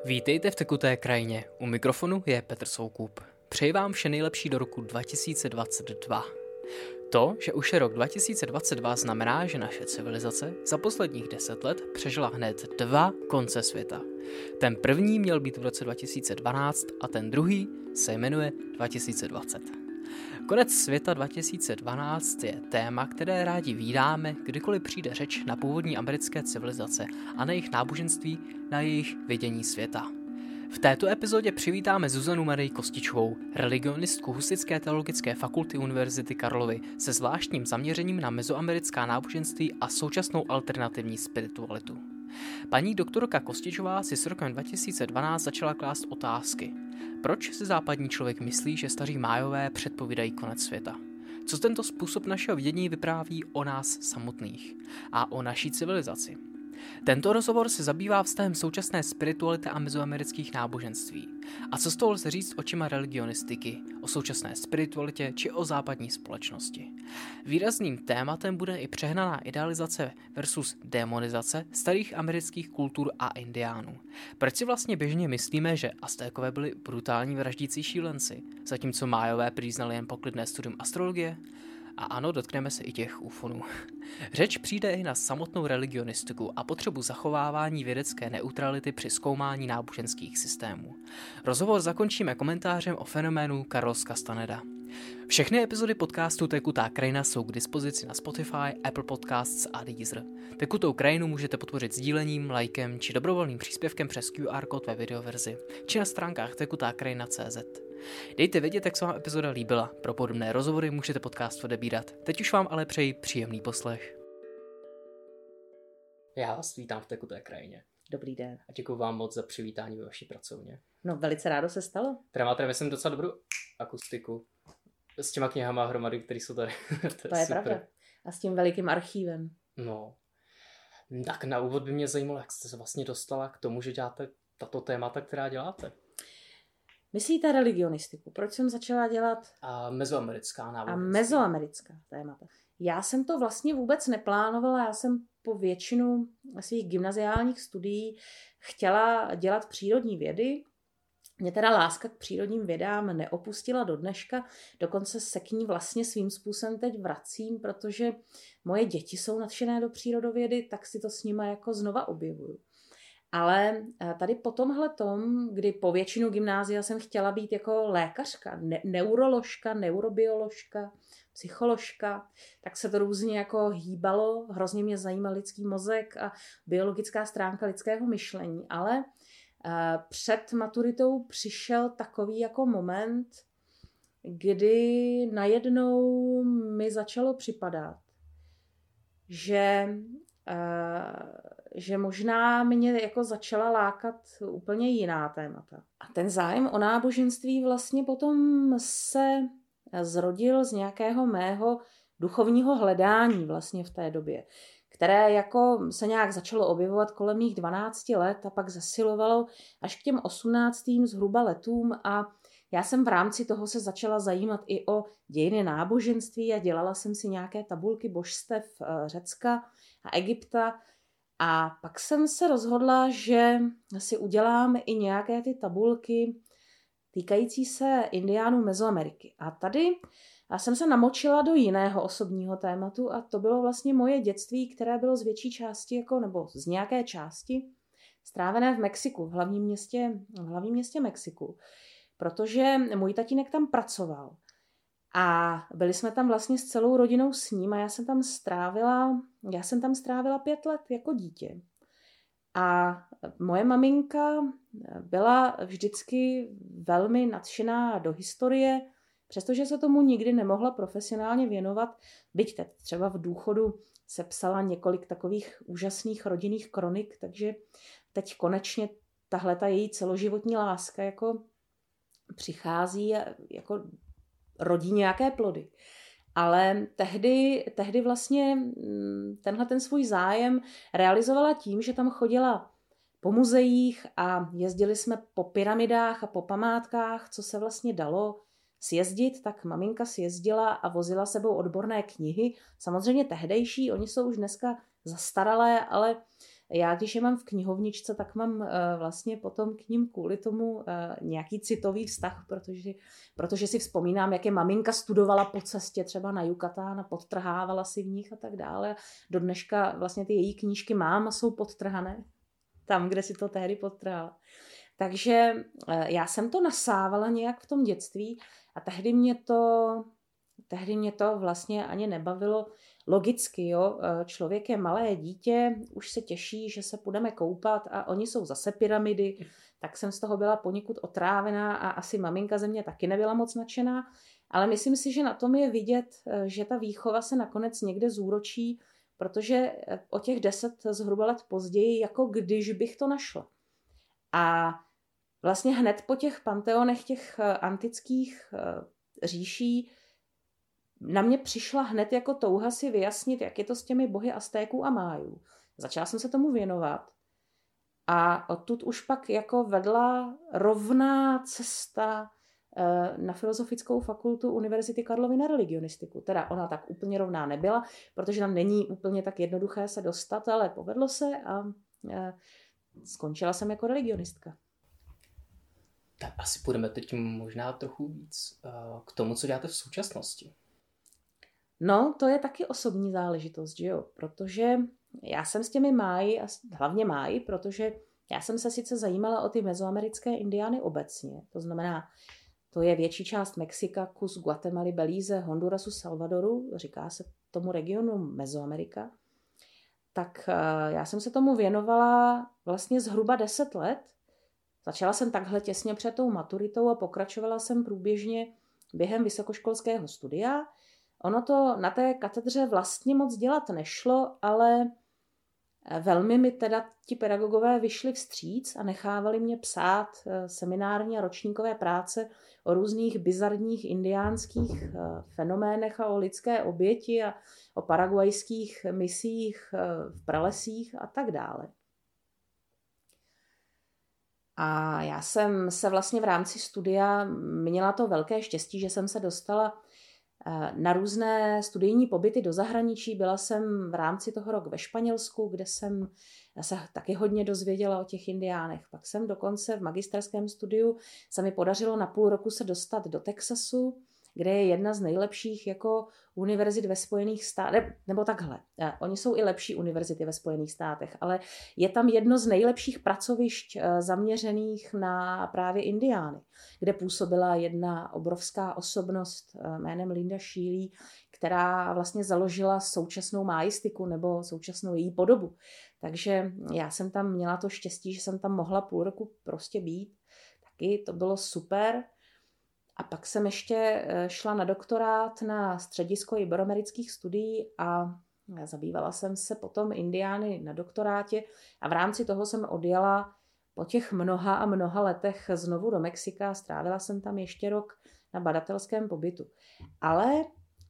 Vítejte v Tekuté krajině. U mikrofonu je Petr Soukup. Přeji vám vše nejlepší do roku 2022. To, že už je rok 2022, znamená, že naše civilizace za posledních 10 let přežila hned 2 konce světa. Ten první měl být v roce 2012 a ten druhý se jmenuje 2020. Konec světa 2012 je téma, které rádi vídáme, kdykoliv přijde řeč na původní americké civilizace a na jejich náboženství, na jejich vidění světa. V této epizodě přivítáme Zuzanu Marii Kostičovou, religionistku Husitské teologické fakulty Univerzity Karlovy se zvláštním zaměřením na mezoamerická náboženství a současnou alternativní spiritualitu. Paní doktorka Kostičová si s rokem 2012 začala klást otázky. Proč si západní člověk myslí, že staří Májové předpovídají konec světa? Co tento způsob našeho vidění vypráví o nás samotných a o naší civilizaci? Tento rozhovor se zabývá vztahem současné spirituality a mezoamerických náboženství. A co z toho lze říct očima religionistiky, o současné spiritualitě či o západní společnosti? Výrazným tématem bude i přehnaná idealizace versus demonizace starých amerických kultur a indiánů. Proč si vlastně běžně myslíme, že Aztékové byli brutální vraždící šílenci, zatímco Májové přiznali jen poklidné studium astrologie? A ano, dotkneme se i těch ufonů. Řeč přijde i na samotnou religionistiku a potřebu zachovávání vědecké neutrality při zkoumání náboženských systémů. Rozhovor zakončíme komentářem o fenoménu Carlos Castaneda. Všechny epizody podcastu Tekutá krajina jsou k dispozici na Spotify, Apple Podcasts a Deezer. Tekutou krajinu můžete podpořit sdílením, lajkem či dobrovolným příspěvkem přes QR kód ve videoverzi, či na stránkách tekutakrajina.cz. Dejte vědět, jak se vám epizoda líbila. Pro podobné rozhovory můžete podcast odebírat. Teď už vám ale přeji příjemný poslech. Já vás vítám v Tekuté krajině. Dobrý den. A děkuji vám moc za přivítání ve vaší pracovně. No, velice rádo se stalo. Teda máte, myslím, docela dobrou akustiku. S těma knihama hromady, které jsou tady. To je pravda. A s tím velikým archívem. No. Tak na úvod by mě zajímalo, jak jste se vlastně dostala k tomu, že děláte tato témata, která děláte. Myslíte religionistiku? Proč jsem začala dělat? A mezoamerická náboženství. A mezoamerická témata. Já jsem to vlastně vůbec neplánovala. Já jsem po většinu svých gymnaziálních studií chtěla dělat přírodní vědy. Mě teda láska k přírodním vědám neopustila do dneška, dokonce se k ní vlastně svým způsobem teď vracím, protože moje děti jsou nadšené do přírodovědy, tak si to s nima jako znova objevuju. Ale tady po tomhle tom, kdy po většinu gymnázia jsem chtěla být jako lékařka, neuroložka, neurobioložka, psycholožka, tak se to různě jako hýbalo, hrozně mě zajímal lidský mozek a biologická stránka lidského myšlení, ale před maturitou přišel takový jako moment, kdy najednou mi začalo připadat, že možná mě jako začala lákat úplně jiná témata. A ten zájem o náboženství vlastně potom se zrodil z nějakého mého duchovního hledání vlastně v té době, které jako se nějak začalo objevovat kolem mých 12 let a pak zesilovalo až k těm 18. zhruba letům a já jsem v rámci toho se začala zajímat i o dějiny náboženství a dělala jsem si nějaké tabulky božstev Řecka a Egypta a pak jsem se rozhodla, že si udělám i nějaké ty tabulky týkající se indiánů Mezoameriky. A tady jsem se namočila do jiného osobního tématu a to bylo vlastně moje dětství, které bylo z větší části, nebo z nějaké části, strávené v Mexiku, v hlavním městě Mexiku. Protože můj tatínek tam pracoval a byli jsme tam vlastně s celou rodinou s ním a já jsem tam strávila 5 let jako dítě. A moje maminka byla vždycky velmi nadšená do historie, přestože se tomu nikdy nemohla profesionálně věnovat, byť teď třeba v důchodu sepsala několik takových úžasných rodinných kronik, takže teď konečně tahleta její celoživotní láska jako přichází a jako rodí nějaké plody. Ale tehdy vlastně tenhle ten svůj zájem realizovala tím, že tam chodila po muzeích a jezdili jsme po pyramidách a po památkách, co se vlastně dalo sjezdit, tak maminka sjezdila a vozila sebou odborné knihy. Samozřejmě tehdejší, oni jsou už dneska zastaralé, ale já když je mám v knihovničce, tak mám vlastně potom k ním kvůli tomu nějaký citový vztah, protože si vzpomínám, jak je maminka studovala po cestě třeba na Yucatán a podtrhávala si v nich a tak dále. Do dneška vlastně ty její knížky mám a jsou podtrhané tam, kde si to tehdy podtrhala. Takže já jsem to nasávala nějak v tom dětství a tehdy mě to vlastně ani nebavilo. Logicky, jo, člověk je malé dítě, už se těší, že se půjdeme koupat a oni jsou zase pyramidy, tak jsem z toho byla poněkud otrávená a asi maminka ze mě taky nebyla moc nadšená, ale myslím si, že na tom je vidět, že ta výchova se nakonec někde zúročí, protože o těch 10 zhruba let později, jako když bych to našla. A vlastně hned po těch panteonech těch antických říší na mě přišla hned jako touha si vyjasnit, jak je to s těmi bohy Aztéků a Májů. Začala jsem se tomu věnovat a odtud už pak jako vedla rovná cesta na Filozofickou fakultu Univerzity Karlovy na religionistiku. Teda ona tak úplně rovná nebyla, protože tam není úplně tak jednoduché se dostat, ale povedlo se a skončila jsem jako religionistka. Tak asi půjdeme teď možná trochu víc k tomu, co děláte v současnosti. No, to je taky osobní záležitost, že jo? Protože já jsem s těmi Máji, a hlavně Máji, protože já jsem se sice zajímala o ty mezoamerické indiány obecně, to znamená, to je větší část Mexika, kus Guatemaly, Belize, Hondurasu, Salvadoru, říká se tomu regionu Mezoamerika, tak já jsem se tomu věnovala vlastně zhruba 10 let. Začala jsem takhle těsně před tou maturitou a pokračovala jsem průběžně během vysokoškolského studia. Ono to na té katedře vlastně moc dělat nešlo, ale velmi mi teda ti pedagogové vyšli vstříc a nechávali mě psát seminární a ročníkové práce o různých bizarních indiánských fenoménech a o lidské oběti a o paraguajských misích v pralesích a tak dále. A já jsem se vlastně v rámci studia měla to velké štěstí, že jsem se dostala na různé studijní pobyty do zahraničí. Byla jsem v rámci toho rok ve Španělsku, kde jsem se taky hodně dozvěděla o těch indiánech. Pak jsem dokonce v magisterském studiu se mi podařilo na půl roku se dostat do Texasu, kde je jedna z nejlepších jako univerzit ve Spojených státech, nebo takhle. Oni jsou i lepší univerzity ve Spojených státech, ale je tam jedno z nejlepších pracovišť zaměřených na právě indiány, kde působila jedna obrovská osobnost jménem Linda Shealy, která vlastně založila současnou májistiku nebo současnou její podobu. Takže já jsem tam měla to štěstí, že jsem tam mohla půl roku prostě být. Taky to bylo super. A pak jsem ještě šla na doktorát na středisko iberoamerických studií a zabývala jsem se potom indiány na doktorátě a v rámci toho jsem odjela po těch mnoha a mnoha letech znovu do Mexika. Strávila jsem tam ještě rok na badatelském pobytu. Ale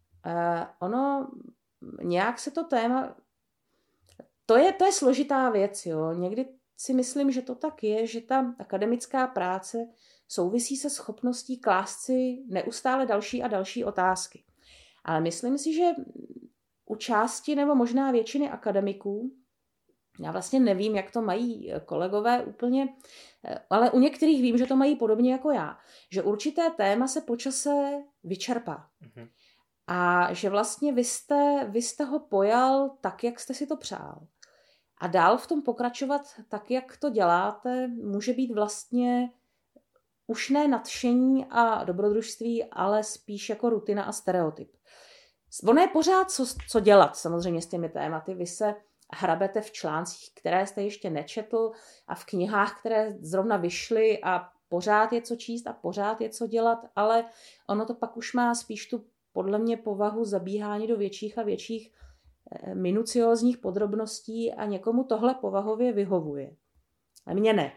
ono nějak se to téma... To je složitá věc, jo. Někdy si myslím, že to tak je, že ta akademická práce souvisí se schopností klást si neustále další a další otázky. Ale myslím si, že u části nebo možná většiny akademiků, já vlastně nevím, jak to mají kolegové úplně, ale u některých vím, že to mají podobně jako já, že určité téma se po čase vyčerpá. Mm-hmm. A že vlastně vy jste ho pojal tak, jak jste si to přál. A dál v tom pokračovat tak, jak to děláte, může být vlastně už ne nadšení a dobrodružství, ale spíš jako rutina a stereotyp. Ono je pořád co dělat samozřejmě s těmi tématy. Vy se hrabete v článcích, které jste ještě nečetl a v knihách, které zrovna vyšly a pořád je co číst a pořád je co dělat, ale ono to pak už má spíš tu podle mě povahu zabíhání do větších a větších minuciózních podrobností a někomu tohle povahově vyhovuje. A mně ne.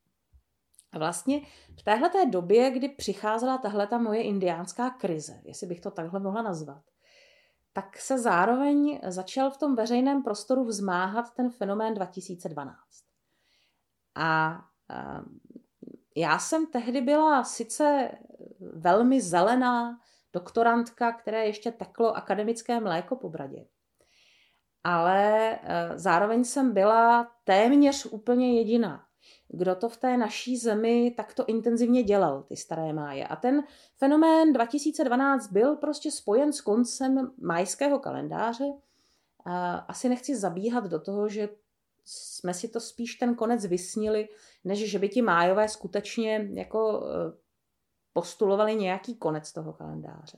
A vlastně v téhleté době, kdy přicházela tahleta moje indiánská krize, jestli bych to takhle mohla nazvat, tak se zároveň začal v tom veřejném prostoru vzmáhat ten fenomén 2012. A já jsem tehdy byla sice velmi zelená doktorantka, které ještě teklo akademické mléko po bradě. ale zároveň jsem byla téměř úplně jediná, kdo to v té naší zemi takto intenzivně dělal, ty staré máje. A ten fenomén 2012 byl prostě spojen s koncem májského kalendáře. Asi nechci zabíhat do toho, že jsme si to spíš ten konec vysnili, než že by ti májové skutečně jako postulovali nějaký konec toho kalendáře.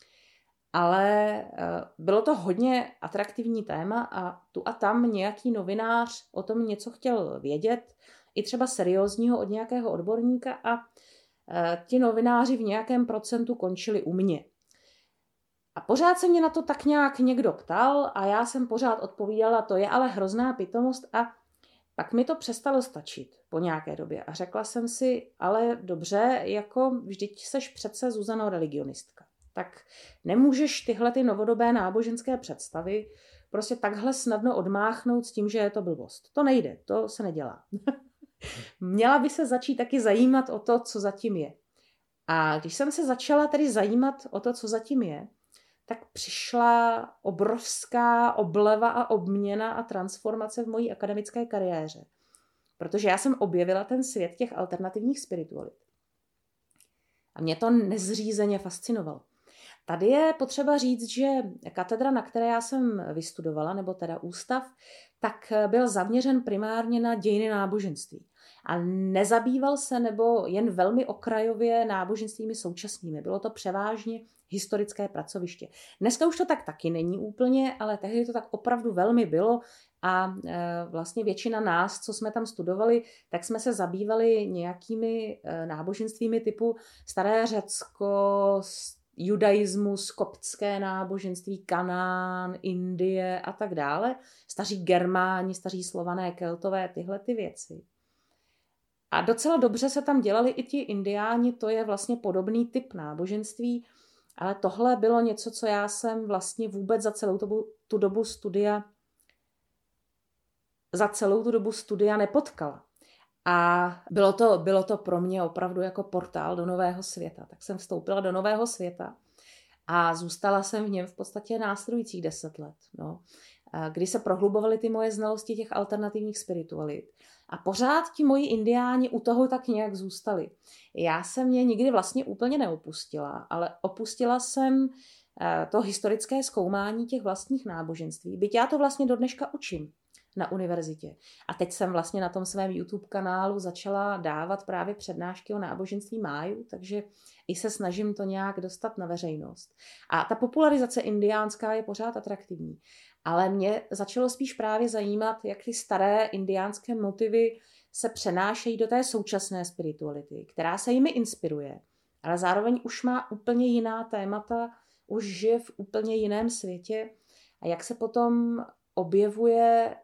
Ale bylo to hodně atraktivní téma a tu a tam nějaký novinář o tom něco chtěl vědět, i třeba seriózního od nějakého odborníka a ti novináři v nějakém procentu končili u mě. A pořád se mě na to tak nějak někdo ptal a já jsem pořád odpovídala, to je ale hrozná pitomost a pak mi to přestalo stačit po nějaké době a řekla jsem si, ale dobře, jako vždyť seš přece Zuzano religionistka. Tak nemůžeš tyhle ty novodobé náboženské představy prostě takhle snadno odmáchnout s tím, že je to blbost. To nejde, to se nedělá. Měla by se začít taky zajímat o to, co zatím je. A když jsem se začala tedy zajímat o to, co zatím je, tak přišla obrovská obleva a obměna a transformace v mojí akademické kariéře. Protože já jsem objevila ten svět těch alternativních spiritualit. A mě to nezřízeně fascinovalo. Tady je potřeba říct, že katedra, na které já jsem vystudovala, nebo teda ústav, tak byl zaměřen primárně na dějiny náboženství. A nezabýval se nebo jen velmi okrajově náboženstvími současnými. Bylo to převážně historické pracoviště. Dneska už to tak taky není úplně, ale tehdy to tak opravdu velmi bylo a vlastně většina nás, co jsme tam studovali, tak jsme se zabývali nějakými náboženstvími typu Staré Řecko, judaismus, koptské náboženství, Kanán, Indie a tak dále. Staří Germáni, staří Slované, Keltové, tyhle ty věci. A docela dobře se tam dělali i ti indiáni, to je vlastně podobný typ náboženství, ale tohle bylo něco, co já jsem vlastně vůbec za celou tu dobu studia nepotkala. A bylo to pro mě opravdu jako portál do nového světa. Tak jsem vstoupila do nového světa a zůstala jsem v něm v podstatě následujících 10 let. No. Kdy se prohlubovaly ty moje znalosti těch alternativních spiritualit. A pořád ti moji indiáni u toho tak nějak zůstali. Já jsem je nikdy vlastně úplně neopustila, ale opustila jsem to historické zkoumání těch vlastních náboženství. Byť já to vlastně do dneška učím na univerzitě. A teď jsem vlastně na tom svém YouTube kanálu začala dávat právě přednášky o náboženství májů, takže i se snažím to nějak dostat na veřejnost. A ta popularizace indiánská je pořád atraktivní. Ale mě začalo spíš právě zajímat, jak ty staré indiánské motivy se přenášejí do té současné spirituality, která se jimi inspiruje, ale zároveň už má úplně jiná témata, už žije v úplně jiném světě a jak se potom objevuje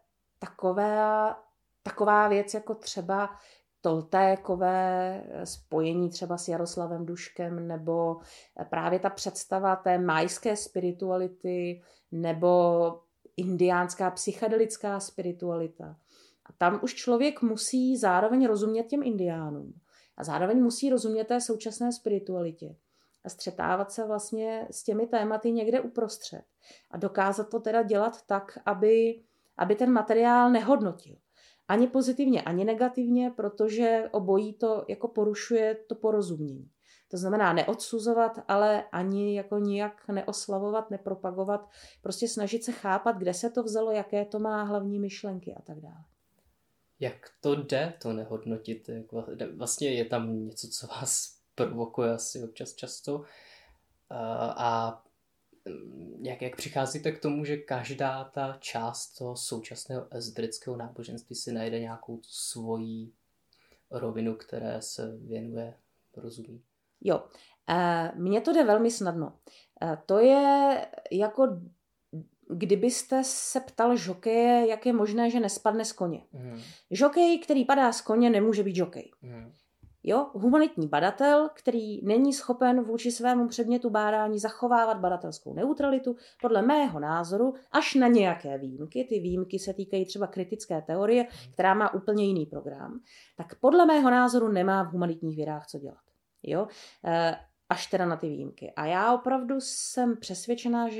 taková věc jako třeba Toltékové spojení třeba s Jaroslavem Duškem nebo právě ta představa té májské spirituality nebo indiánská psychedelická spiritualita. A tam už člověk musí zároveň rozumět těm indiánům a zároveň musí rozumět té současné spiritualitě a střetávat se vlastně s těmi tématy někde uprostřed a dokázat to teda dělat tak, aby ten materiál nehodnotil. Ani pozitivně, ani negativně, protože obojí to jako porušuje to porozumění. To znamená neodsuzovat, ale ani jako nijak neoslavovat, nepropagovat, prostě snažit se chápat, kde se to vzalo, jaké to má hlavní myšlenky a tak dále. Jak to jde to nehodnotit? Vlastně je tam něco, co vás provokuje asi občas často. A jak přicházíte k tomu, že každá ta část toho současného ezoterického náboženství si najde nějakou svoji rovinu, které se věnuje, rozumí? Jo, mně to jde velmi snadno. To je jako kdybyste se ptal žokeje, jak je možné, že nespadne z koně. Žokej, který padá z koně, nemůže být žokej. Jo, humanitní badatel, který není schopen vůči svému předmětu bádání zachovávat badatelskou neutralitu, podle mého názoru, až na nějaké výjimky, ty výjimky se týkají třeba kritické teorie, která má úplně jiný program, tak podle mého názoru nemá v humanitních vědách co dělat. Jo? Až teda na ty výjimky. A já opravdu jsem přesvědčená, že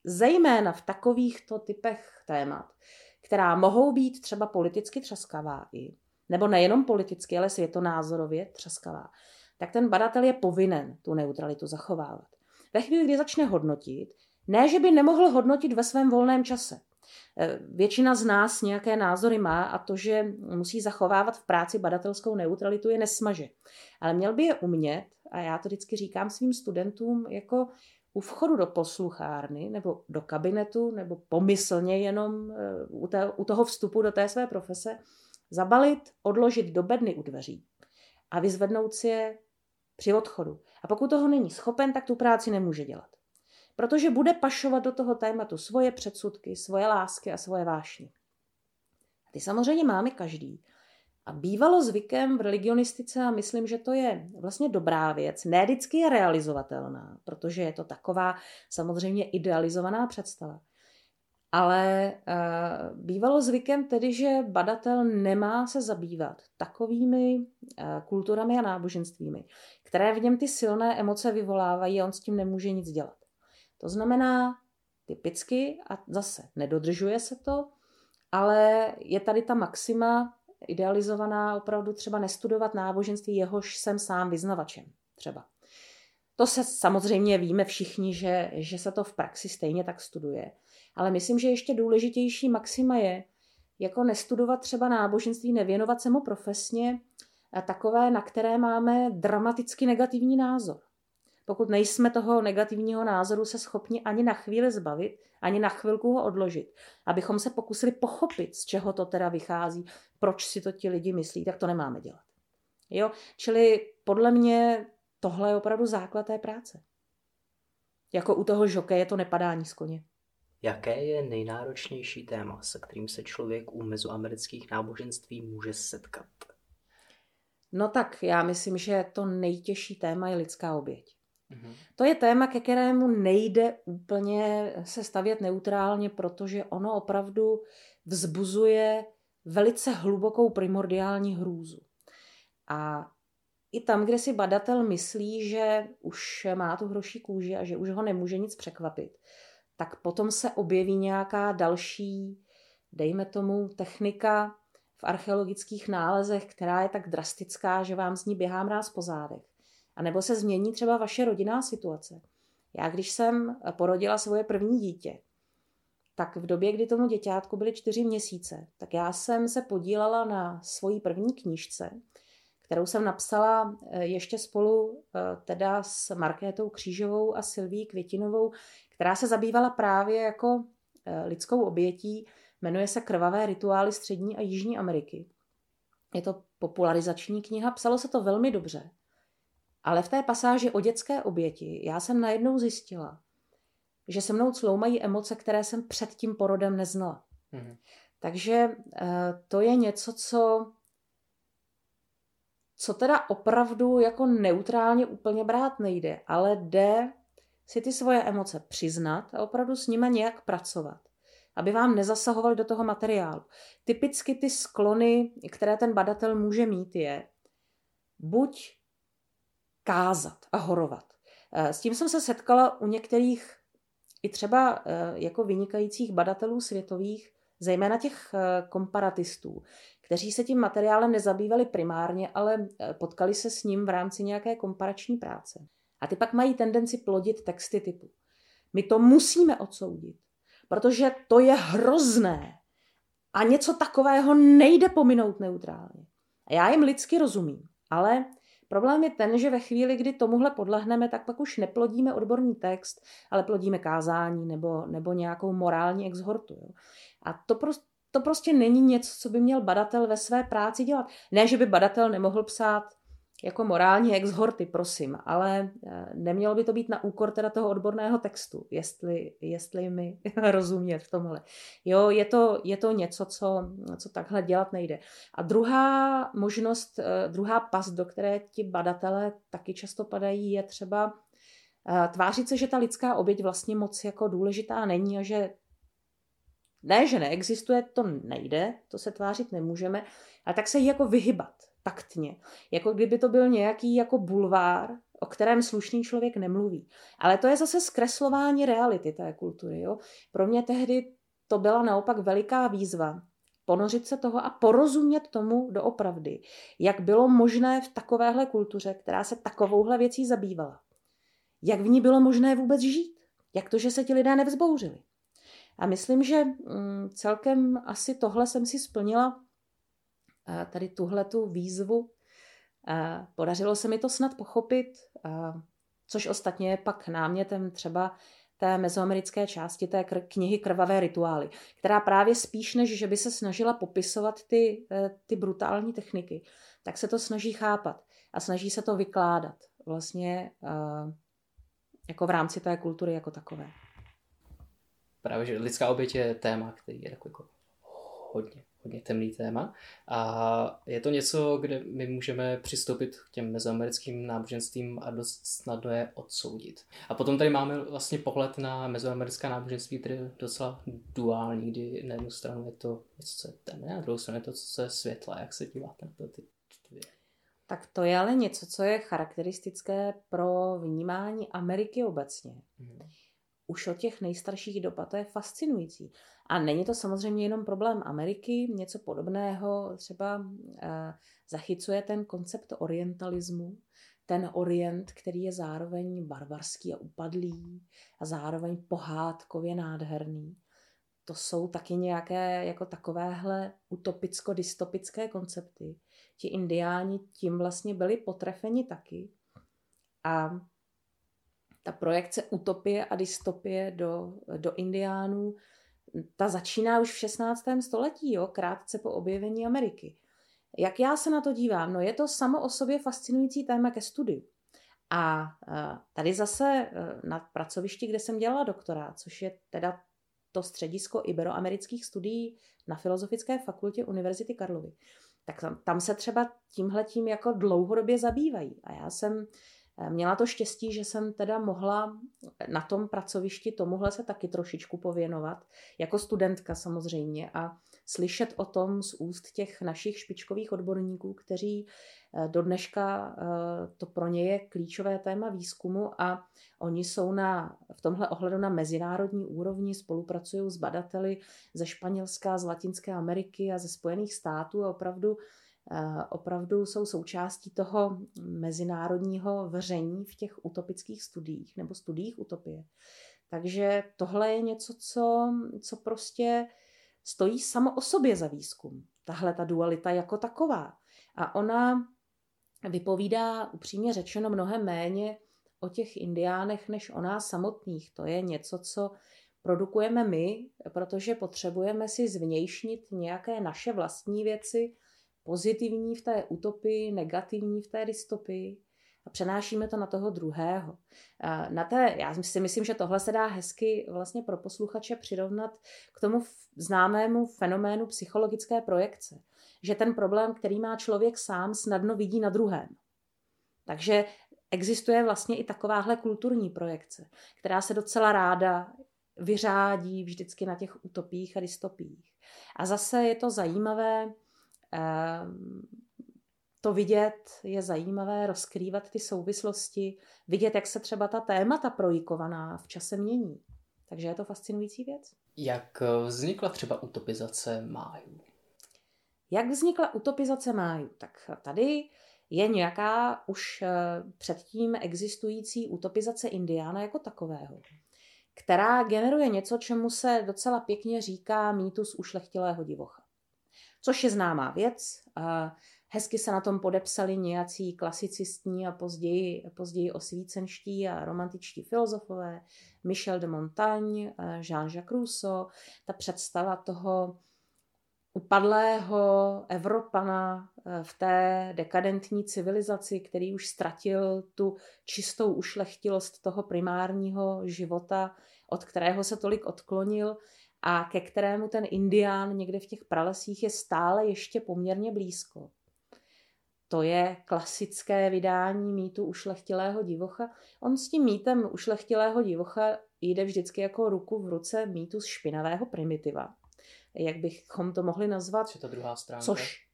zejména v takovýchto typech témat, která mohou být třeba politicky třaskavá nebo nejenom politicky, ale světonázorově třaskavá, tak ten badatel je povinen tu neutralitu zachovávat. Ve chvíli, kdy začne hodnotit, ne, že by nemohl hodnotit ve svém volném čase. Většina z nás nějaké názory má a to, že musí zachovávat v práci badatelskou neutralitu, je nesmaže. Ale měl by je umět, a já to vždycky říkám svým studentům, jako u vchodu do posluchárny nebo do kabinetu, nebo pomyslně jenom u toho vstupu do té své profese, zabalit, odložit do bedny u dveří a vyzvednout si je při odchodu. A pokud toho není schopen, tak tu práci nemůže dělat. Protože bude pašovat do toho tématu svoje předsudky, svoje lásky a svoje vášně. A ty samozřejmě máme každý. A bývalo zvykem v religionistice, a myslím, že to je vlastně dobrá věc, ne vždycky je realizovatelná, protože je to taková samozřejmě idealizovaná představa. Ale bývalo zvykem tedy, že badatel nemá se zabývat takovými kulturami a náboženstvími, které v něm ty silné emoce vyvolávají a on s tím nemůže nic dělat. To znamená typicky, a zase nedodržuje se to, ale je tady ta maxima idealizovaná opravdu třeba nestudovat náboženství, jehož jsem sám vyznavačem třeba. To se samozřejmě víme všichni, že se to v praxi stejně tak studuje. Ale myslím, že ještě důležitější maxima je, jako nestudovat třeba náboženství, nevěnovat se mu profesně, takové, na které máme dramaticky negativní názor. Pokud nejsme toho negativního názoru se schopni ani na chvíli zbavit, ani na chvilku ho odložit, abychom se pokusili pochopit, z čeho to teda vychází, proč si to ti lidi myslí, tak to nemáme dělat. Jo? Čili podle mě tohle je opravdu základ té práce. Jako u toho žokeje to nepadání z koně. Jaké je nejnáročnější téma, se kterým se člověk u mezoamerických náboženství může setkat? No tak já myslím, že to nejtěžší téma je lidská oběť. To je téma, ke kterému nejde úplně se stavět neutrálně, protože ono opravdu vzbuzuje velice hlubokou primordiální hrůzu. A i tam, kde si badatel myslí, že už má tu hroší kůži a že už ho nemůže nic překvapit, tak potom se objeví nějaká další, dejme tomu, technika v archeologických nálezech, která je tak drastická, že vám z ní běhá mráz po zádech. A nebo se změní třeba vaše rodinná situace. Já když jsem porodila svoje první dítě, tak v době, kdy tomu děťátku byly 4 měsíce, tak já jsem se podílela na svojí první knížce, kterou jsem napsala ještě spolu teda s Markétou Křížovou a Sylvií Květinovou, která se zabývala právě jako lidskou obětí, jmenuje se Krvavé rituály Střední a Jižní Ameriky. Je to popularizační kniha, psalo se to velmi dobře. Ale v té pasáži o dětské oběti já jsem najednou zjistila, že se mnou cloumají emoce, které jsem před tím porodem neznala. Takže to je něco, co teda opravdu jako neutrálně úplně brát nejde, ale jde si ty svoje emoce přiznat a opravdu s nimi nějak pracovat, aby vám nezasahovali do toho materiálu. Typicky ty sklony, které ten badatel může mít, je buď kázat a horovat. S tím jsem se setkala u některých i třeba jako vynikajících badatelů světových, zejména těch komparatistů, kteří se tím materiálem nezabývali primárně, ale potkali se s ním v rámci nějaké komparační práce. A ty pak mají tendenci plodit texty typu: my to musíme odsoudit, protože to je hrozné a něco takového nejde pominout neutrálně. A já jim lidsky rozumím, ale problém je ten, že ve chvíli, kdy tomuhle podlehneme, tak pak už neplodíme odborný text, ale plodíme kázání nebo nějakou morální exhortu. Jo. A to prostě není něco, co by měl badatel ve své práci dělat. Ne, že by badatel nemohl psát jako morální exhorty, prosím, ale nemělo by to být na úkor teda toho odborného textu, jestli mi rozumět v tomhle. Jo, je to něco, co takhle dělat nejde. A druhá možnost, druhá past, do které ti badatelé taky často padají, je třeba tvářit se, že ta lidská oběť vlastně moc jako důležitá není a že neexistuje, to nejde, to se tvářit nemůžeme, ale tak se jí jako vyhybat taktně. Jako kdyby to byl nějaký jako bulvár, o kterém slušný člověk nemluví. Ale to je zase zkreslování reality té kultury. Jo? Pro mě tehdy to byla naopak veliká výzva ponořit se toho a porozumět tomu doopravdy, jak bylo možné v takovéhle kultuře, která se takovouhle věcí zabývala, jak v ní bylo možné vůbec žít, jak to, že se ti lidé nevzbouřili. A myslím, že celkem asi tohle jsem si splnila, tady tuhletu výzvu. Podařilo se mi to snad pochopit, což ostatně je pak námětem třeba té mezoamerické části té knihy Krvavé rituály, která právě spíš, než že by se snažila popisovat ty brutální techniky, tak se to snaží chápat a snaží se to vykládat vlastně jako v rámci té kultury jako takové. Právě, že lidská oběť je téma, který je jako hodně temný téma a je to něco, kde my můžeme přistoupit k těm mezoamerickým náboženstvím a dost snadno je odsoudit. A potom tady máme vlastně pohled na mezoamerická náboženství, který je docela duální, kdy na jednu stranu je to něco, co je temné, a na druhou stranu je to, co je světlé. Jak se díváte na to ty dvě? Tak to je ale něco, co je charakteristické pro vnímání Ameriky obecně. Už od těch nejstarších dob, a to je fascinující. A není to samozřejmě jenom problém Ameriky, něco podobného třeba zachycuje ten koncept orientalismu, ten orient, který je zároveň barbarský a upadlý a zároveň pohádkově nádherný. To jsou taky nějaké jako takovéhle utopicko-dystopické koncepty. Ti indiáni tím vlastně byli potrefeni taky. A ta projekce utopie a dystopie do indiánů, ta začíná už v 16. století, jo, krátce po objevení Ameriky. Jak já se na to dívám? No je to samo o sobě fascinující téma ke studiu. A tady zase na pracovišti, kde jsem dělala doktorát, což je teda to středisko iberoamerických studií na Filozofické fakultě Univerzity Karlovy, tak tam se třeba tímhletím jako dlouhodobě zabývají. A já jsem měla to štěstí, že jsem teda mohla na tom pracovišti tomuhle se taky trošičku pověnovat, jako studentka samozřejmě, a slyšet o tom z úst těch našich špičkových odborníků, kteří do dneška to pro ně je klíčové téma výzkumu a oni jsou v tomhle ohledu na mezinárodní úrovni, spolupracují s badateli ze Španělska, z Latinské Ameriky a ze Spojených států a opravdu jsou součástí toho mezinárodního vření v těch utopických studiích nebo studiích utopie. Takže tohle je něco, co prostě stojí samo o sobě za výzkum. Tahle ta dualita jako taková. A ona vypovídá upřímně řečeno mnohem méně o těch indiánech než o nás samotných. To je něco, co produkujeme my, protože potřebujeme si zvnějšnit nějaké naše vlastní věci, pozitivní v té utopii, negativní v té dystopii a přenášíme to na toho druhého. Já si myslím, že tohle se dá hezky vlastně pro posluchače přirovnat k tomu známému fenoménu psychologické projekce. Že ten problém, který má člověk sám, snadno vidí na druhém. Takže existuje vlastně i takováhle kulturní projekce, která se docela ráda vyřádí vždycky na těch utopiích a dystopiích. A zase je to zajímavé to vidět, je zajímavé rozkrývat ty souvislosti, vidět, jak se třeba ta témata projikovaná v čase mění. Takže je to fascinující věc. Jak vznikla třeba utopizace májů? Jak vznikla utopizace májů? Tak tady je nějaká už předtím existující utopizace Indiána jako takového, která generuje něco, čemu se docela pěkně říká mýtus ušlechtilého divocha. Což je známá věc. Hezky se na tom podepsali nějací klasicistní a později osvícenští a romantičtí filozofové, Michel de Montaigne, Jean-Jacques Rousseau, ta představa toho upadlého Evropana v té dekadentní civilizaci, který už ztratil tu čistou ušlechtilost toho primárního života, od kterého se tolik odklonil a ke kterému ten Indián někde v těch pralesích je stále ještě poměrně blízko. To je klasické vydání mýtu ušlechtilého divocha. On s tím mýtem ušlechtilého divocha jde vždycky jako ruku v ruce mýtus špinavého primitiva. Jak bychom to mohli nazvat? Je to druhá stránka. Což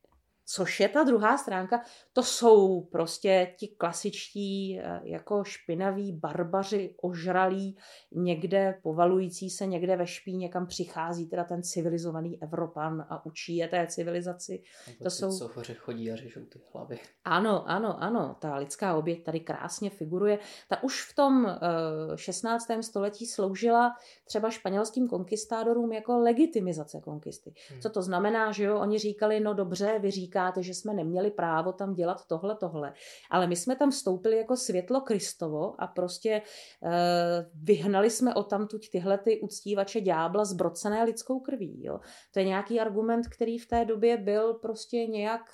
Což je ta druhá stránka, to jsou prostě ti klasičtí jako špinaví barbaři, ožralí, někde povalující se někde ve špíně, kam přichází teda ten civilizovaný Evropan a učí je té civilizaci. To jsou... co hoře chodí a řežou ty hlavy. Ano, ta lidská oběť tady krásně figuruje. Ta už v tom 16. století sloužila třeba španělským konkistádorům jako legitimizace konkisty. Co to znamená, že jo, oni říkali, no dobře, vy říkáte, že jsme neměli právo tam dělat tohle, ale my jsme tam vstoupili jako světlo Kristovo a prostě vyhnali jsme odtamtud tyhle ty uctívače ďábla zbrocené lidskou krví. Jo. To je nějaký argument, který v té době byl prostě nějak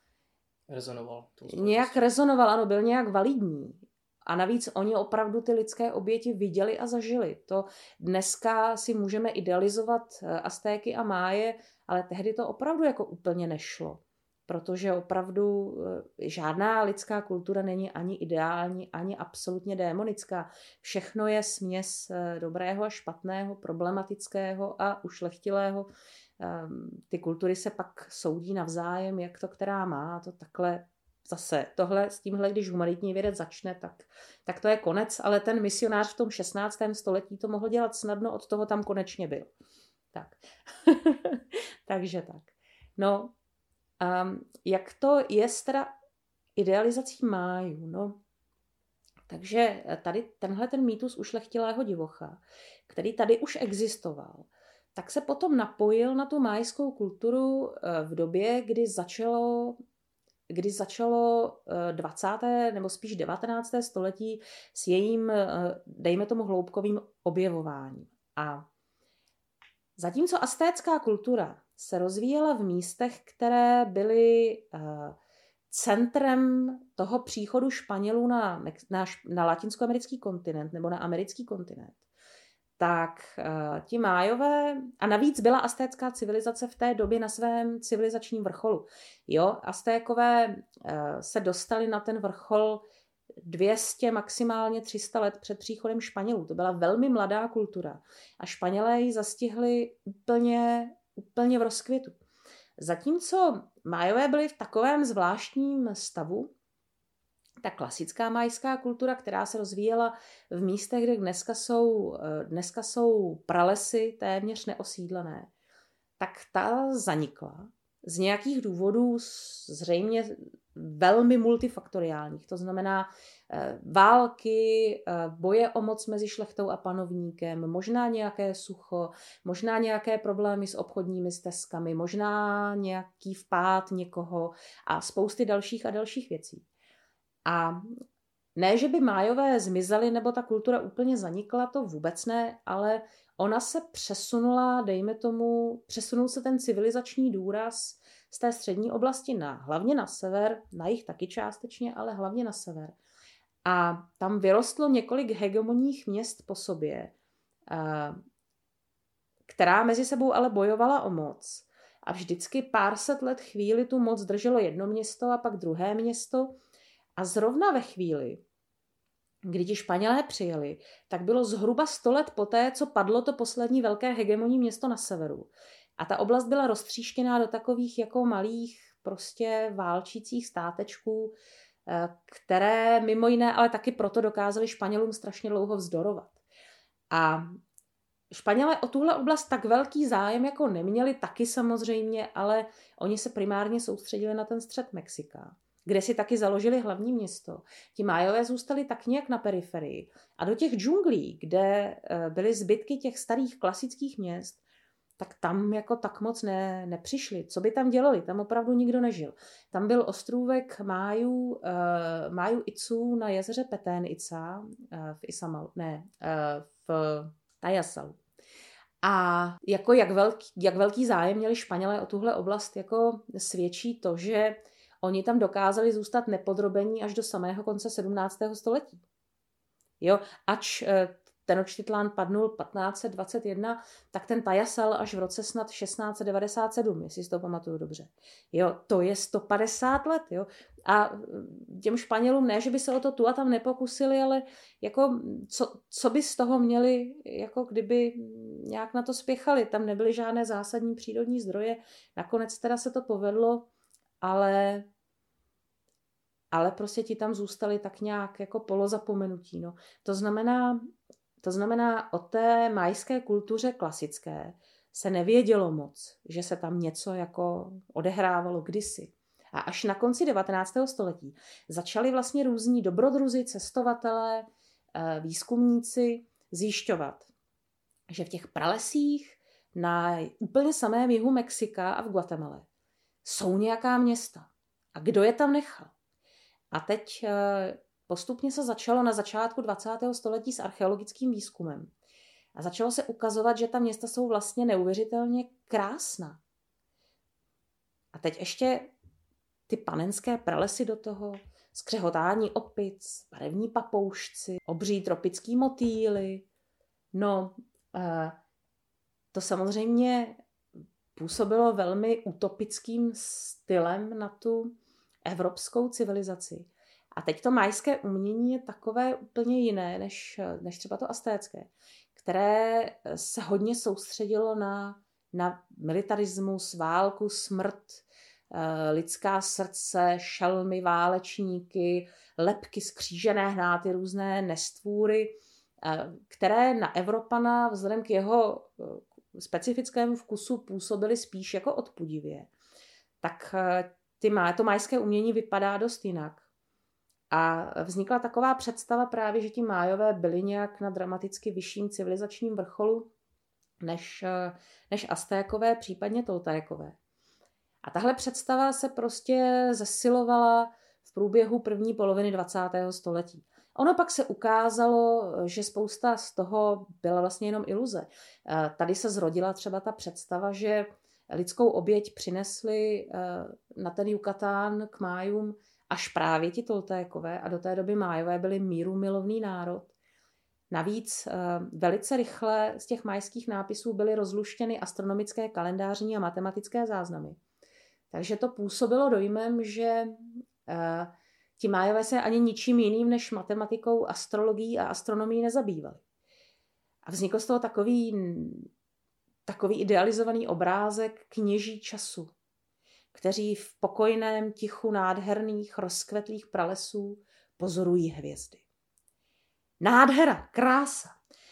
rezonoval, ano, byl nějak validní. A navíc oni opravdu ty lidské oběti viděli a zažili. To dneska si můžeme idealizovat Aztéky a Máje, ale tehdy to opravdu jako úplně nešlo. Protože opravdu žádná lidská kultura není ani ideální, ani absolutně démonická. Všechno je směs dobrého a špatného, problematického a ušlechtilého. Ty kultury se pak soudí navzájem, jak to která má, to takhle zase tohle s tímhle, když humanitní vědec začne, tak to je konec, ale ten misionář v tom 16. století to mohl dělat snadno, od toho tam konečně byl. Tak. Takže tak. No, jak to je s teda idealizací májů? No, takže tady tenhle ten mýtus ušlechtilého divocha, který tady už existoval, tak se potom napojil na tu májskou kulturu v době, kdy začalo 20. nebo spíš 19. století s jejím, dejme tomu, hloubkovým objevováním. A zatímco aztécká kultura se rozvíjela v místech, které byly centrem toho příchodu Španělů na latinskoamerický kontinent nebo na americký kontinent, tak ti Májové, a navíc byla aztécká civilizace v té době na svém civilizačním vrcholu. Jo, Aztékové se dostali na ten vrchol 200, maximálně 300 let před příchodem Španělů. To byla velmi mladá kultura. A Španělé ji zastihli úplně v rozkvětu. Zatímco Májové byli v takovém zvláštním stavu, ta klasická májská kultura, která se rozvíjela v místech, kde dneska jsou pralesy téměř neosídlené, tak ta zanikla z nějakých důvodů zřejmě velmi multifaktoriálních. To znamená války, boje o moc mezi šlechtou a panovníkem, možná nějaké sucho, možná nějaké problémy s obchodními stezkami, možná nějaký vpád někoho a spousty dalších a dalších věcí. A ne, že by Májové zmizeli nebo ta kultura úplně zanikla, to vůbec ne, ale ona se přesunula, dejme tomu, přesunul se ten civilizační důraz z té střední oblasti hlavně na sever, na jih taky částečně, ale hlavně na sever. A tam vyrostlo několik hegemonních měst po sobě, která mezi sebou ale bojovala o moc. A vždycky pár set let chvíli tu moc drželo jedno město a pak druhé město. A zrovna ve chvíli, kdy ti Španělé přijeli, tak bylo zhruba 100 let poté, co padlo to poslední velké hegemonní město na severu. A ta oblast byla roztříštěná do takových jako malých prostě válčících státečků, které mimo jiné ale taky proto dokázali Španělům strašně dlouho vzdorovat. A Španělé o tuhle oblast tak velký zájem jako neměli taky samozřejmě, ale oni se primárně soustředili na ten střed Mexika, kde si taky založili hlavní město. Ti Májové zůstali tak nějak na periferii. A do těch džunglí, kde byly zbytky těch starých klasických měst, tak tam jako tak moc nepřišli. Co by tam dělali? Tam opravdu nikdo nežil. Tam byl ostrůvek Májů Iců na jezeře Petén Ica v Tajasalu. A jako jak velký zájem měli Španělé o tuhle oblast, jako svědčí to, že oni tam dokázali zůstat nepodrobení až do samého konce 17. století. Jo, ač Tenochtitlán padnul 1521, tak ten Tajasal až v roce snad 1697, jestli si to pamatuju dobře. Jo, to je 150 let, jo. A těm Španělům ne, že by se o to tu a tam nepokusili, ale jako co by z toho měli, jako kdyby nějak na to spěchali. Tam nebyly žádné zásadní přírodní zdroje. Nakonec teda se to povedlo ale prostě ti tam zůstali tak nějak jako polozapomenutí. No. To znamená, o té majské kultuře klasické se nevědělo moc, že se tam něco jako odehrávalo kdysi. A až na konci 19. století začali vlastně různí dobrodruzi, cestovatelé, výzkumníci zjišťovat, že v těch pralesích na úplně samém jihu Mexika a v Guatemale jsou nějaká města. A kdo je tam nechal? A teď postupně se začalo na začátku 20. století s archeologickým výzkumem. A začalo se ukazovat, že ta města jsou vlastně neuvěřitelně krásná. A teď ještě ty panenské pralesy do toho, skřehotání opic, barevní papoušci, obří tropický motýly. No, to samozřejmě působilo velmi utopickým stylem na tu evropskou civilizaci. A teď to majské umění je takové úplně jiné než třeba to aztécké, které se hodně soustředilo na militarismus, válku, smrt, lidská srdce, šelmy, válečníky, lebky, skřížené hnáty, různé nestvůry, které na Evropana vzhledem k jeho specifickému vkusu působily spíš jako odpudivě. Tak to majské umění vypadá dost jinak. A vznikla taková představa právě, že ti Májové byli nějak na dramaticky vyšším civilizačním vrcholu než Aztékové, případně Toltékové. A tahle představa se prostě zesilovala v průběhu první poloviny 20. století. Ono pak se ukázalo, že spousta z toho byla vlastně jenom iluze. Tady se zrodila třeba ta představa, že lidskou oběť přinesli na ten Yucatán k Májům až právě ti Toltékové a do té doby Májové byli mírumilovný národ. Navíc velice rychle z těch majských nápisů byly rozluštěny astronomické kalendářní a matematické záznamy. Takže to působilo dojmem, že ti Májové se ani ničím jiným než matematikou, astrologií a astronomií nezabývali. A vznikl z toho takový idealizovaný obrázek kněží času, kteří v pokojném tichu nádherných rozkvetlých pralesů pozorují hvězdy. Nádhera, krása.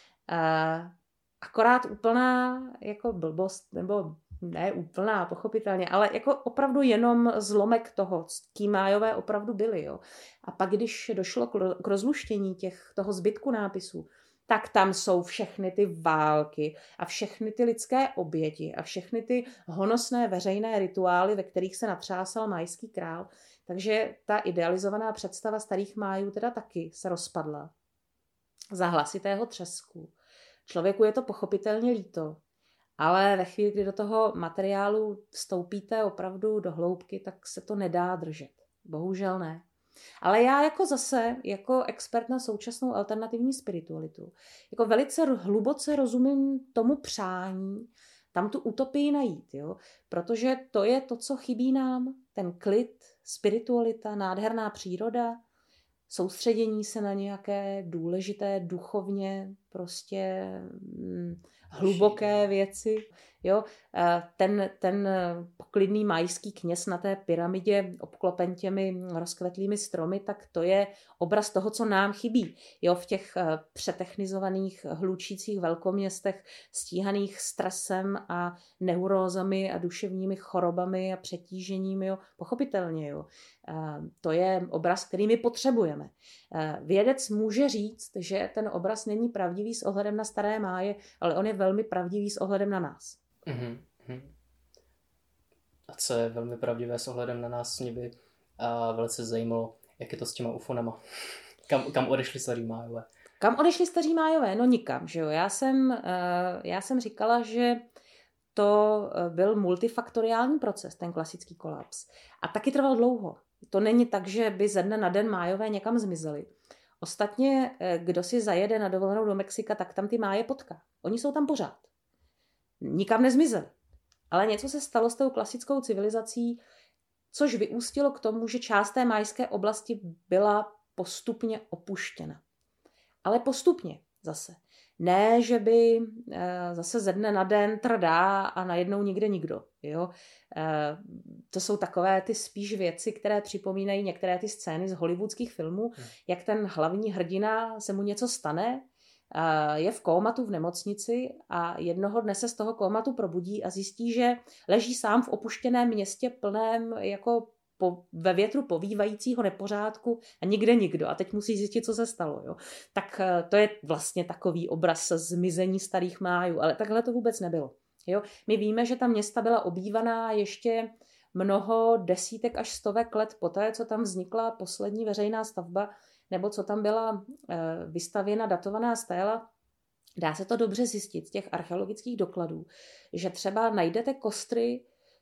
Akorát úplná jako blbost, nebo ne úplná, pochopitelně, ale jako opravdu jenom zlomek toho, kým Májové opravdu byli. Jo. A pak, když došlo k rozluštění toho zbytku nápisů, tak tam jsou všechny ty války a všechny ty lidské oběti a všechny ty honosné veřejné rituály, ve kterých se natřásal majský král. Takže ta idealizovaná představa starých Májů teda taky se rozpadla za hlasitého třesku. Člověku je to pochopitelně líto, ale ve chvíli, kdy do toho materiálu vstoupíte opravdu do hloubky, tak se to nedá držet. Bohužel ne. Ale já jako expert na současnou alternativní spiritualitu, jako velice hluboce rozumím tomu přání tam tu utopii najít, jo? Protože to je to, co chybí nám, ten klid, spiritualita, nádherná příroda, soustředění se na nějaké důležité duchovně prostě hluboké věci. Jo? Ten poklidný majský kněz na té pyramidě obklopen těmi rozkvetlými stromy, tak to je obraz toho, co nám chybí. Jo? V těch přetechnizovaných hlučících velkoměstech stíhaných stresem a neurózami a duševními chorobami a přetíženími. Jo? Pochopitelně. Jo? To je obraz, který my potřebujeme. Vědec může říct, že ten obraz není pravdivý s ohledem na staré Máje, ale on je velmi pravdivý s ohledem na nás. Mm-hmm. A co je velmi pravdivé s ohledem na nás, mě by velice zajímalo, jak je to s těma ufonama. Kam odešli staří Májové? Kam odešli staří Májové? No nikam, že jo. Já jsem říkala, že to byl multifaktoriální proces, ten klasický kolaps. A taky trval dlouho. To není tak, že by ze dne na den Májové někam zmizeli. Ostatně, kdo si zajede na dovolenou do Mexika, tak tam ty Máje potká. Oni jsou tam pořád. Nikam nezmizeli. Ale něco se stalo s tou klasickou civilizací, což vyústilo k tomu, že část té májské oblasti byla postupně opuštěna. Ale postupně. zase. Ne, že by zase ze dne na den trdá a najednou nikde nikdo. Jo? To jsou takové ty spíš věci, které připomínají některé ty scény z hollywoodských filmů, jak ten hlavní hrdina, se mu něco stane, je v kómatu v nemocnici a jednoho dne se z toho kómatu probudí a zjistí, že leží sám v opuštěném městě plném jako ve větru povívajícího nepořádku a nikde nikdo. A teď musí zjistit, co se stalo. Jo? Tak to je vlastně takový obraz zmizení starých májů, ale takhle to vůbec nebylo. Jo? My víme, že ta města byla obývaná ještě mnoho desítek až stovek let poté, co tam vznikla poslední veřejná stavba, nebo co tam byla vystavěna datovaná stéla. Dá se to dobře zjistit z těch archeologických dokladů, že třeba najdete kostry